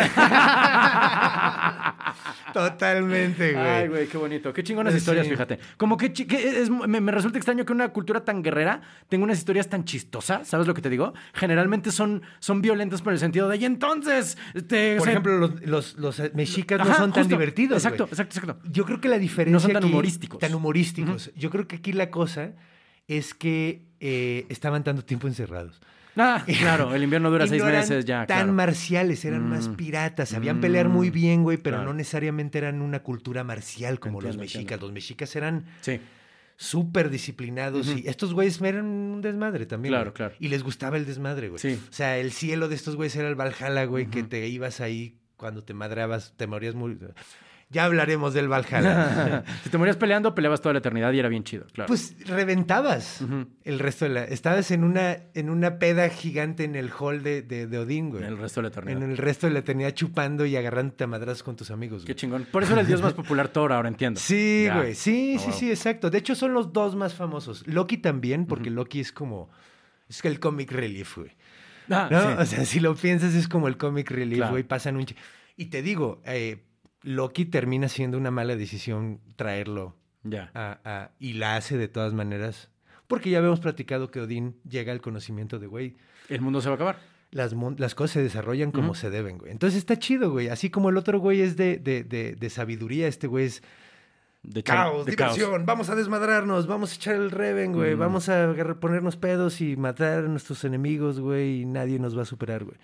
Totalmente, güey. Ay, güey, qué bonito. Qué chingonas historias, fíjate. Como que me resulta extraño que una cultura tan guerrera tenga unas historias tan chistosas. ¿Sabes lo que te digo? Generalmente son violentas por el sentido de... Y entonces... Por ejemplo, los mexicas no son tan divertidos, Exacto. Yo creo que la diferencia no son tan aquí, humorísticos. Yo creo que aquí la cosa es que estaban tanto tiempo encerrados. Claro, el invierno dura 6 meses ya. Tan marciales, eran más piratas, sabían pelear muy bien, güey, pero no necesariamente eran una cultura marcial como los mexicas. Los mexicas eran súper disciplinados y estos güeyes eran un desmadre también. Claro, güey. claro. Y les gustaba el desmadre, güey. Sí. O sea, el cielo de estos güeyes era el Valhalla, güey, que te ibas ahí cuando te madrabas, te morías muy... Ya hablaremos del Valhalla. Si te morías peleando, peleabas toda la eternidad y era bien chido, claro. Pues reventabas el resto de la... Estabas en una peda gigante en el hall de Odín, güey. En el resto de la eternidad. En el resto de la eternidad chupando y agarrándote a madrazos con tus amigos, güey. Qué chingón. Por eso era el dios más popular Thor, ahora entiendo. Sí, güey. Sí, exacto. De hecho, son los dos más famosos. Loki también, porque Loki es como... Es el comic relief, güey. ¿No? Sí. O sea, si lo piensas, es como el comic relief, güey. Pasan un... Y te digo... Loki termina siendo una mala decisión traerlo y la hace de todas maneras. Porque ya habíamos platicado que Odín llega al conocimiento de, güey... El mundo se va a acabar. Las cosas se desarrollan como se deben, güey. Entonces está chido, güey. Así como el otro güey es de sabiduría, este güey es... De diversión. Caos. Vamos a desmadrarnos, vamos a echar el reven, güey. Vamos a ponernos pedos y matar a nuestros enemigos, güey. Y nadie nos va a superar, güey.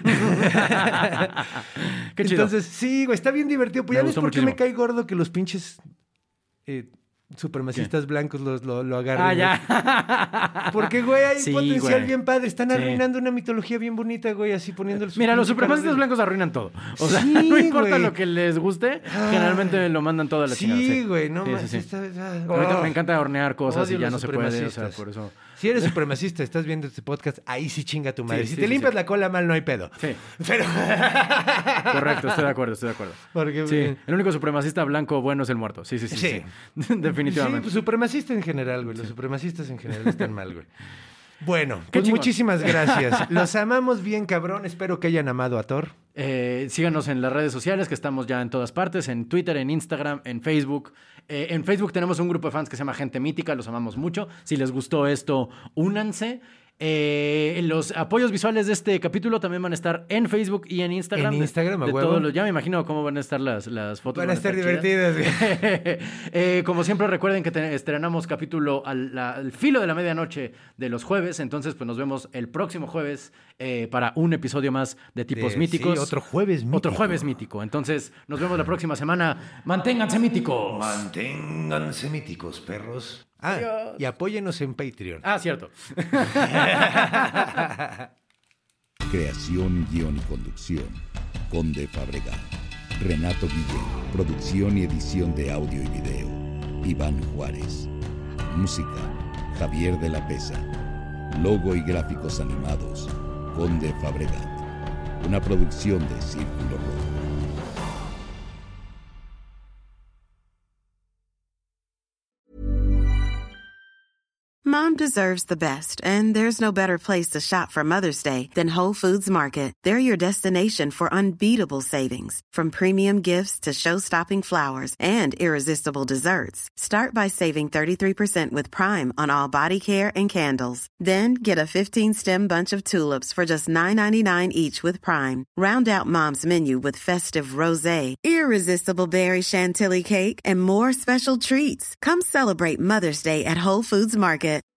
Qué chido. Entonces, sí, güey, está bien divertido. Pues ya ves por qué me cae gordo que los pinches supremacistas blancos lo agarren. Ya. Porque, güey, hay potencial bien padre. Están arruinando una mitología bien bonita, güey, así poniendo el... Mira, los supremacistas blancos arruinan todo. O sea, no importa lo que les guste, generalmente lo mandan todo a la chingada. Sí, güey, no más. Me encanta hornear cosas y ya no se puede, o sea, por eso... Si eres supremacista, estás viendo este podcast, ahí sí chinga tu madre. Si te limpias la cola mal, no hay pedo. Sí. Pero... Correcto, estoy de acuerdo. Porque, el único supremacista blanco bueno es el muerto. Sí. Definitivamente. Sí, pues supremacista en general, güey. Los supremacistas en general están mal, güey. Bueno, pues muchísimas gracias. Los amamos bien, cabrón. Espero que hayan amado a Thor. Síganos en las redes sociales, que estamos ya en todas partes. En Twitter, en Instagram, en Facebook. En Facebook tenemos un grupo de fans que se llama Gente Mítica. Los amamos mucho. Si les gustó esto, únanse. Los apoyos visuales de este capítulo también van a estar en Facebook y en Instagram. En Instagram, a huevo. Ya me imagino cómo van a estar las fotos. Van a estar divertidas. Como siempre, recuerden que estrenamos capítulo al filo de la medianoche de los jueves. Entonces, pues nos vemos el próximo jueves para un episodio más de Tipos Míticos. Sí, otro jueves mítico. Otro jueves mítico. Entonces, nos vemos la próxima semana. Manténganse míticos. Manténganse míticos, perros. Adiós. Y apóyenos en Patreon. Cierto. Creación, guión y conducción, Conde Fabregat. Renato Guillén. Producción y edición de audio y video, Iván Juárez. Música, Javier de la Pesa. Logo y gráficos animados, Conde Fabregat. Una producción de Círculo Rojo. Mom deserves the best, and there's no better place to shop for Mother's Day than Whole Foods Market. They're your destination for unbeatable savings, from premium gifts to show-stopping flowers and irresistible desserts. Start by saving 33% with Prime on all body care and candles. Then get a 15-stem bunch of tulips for just $9.99 each with Prime. Round out Mom's menu with festive rosé, irresistible berry chantilly cake, and more special treats. Come celebrate Mother's Day at Whole Foods Market.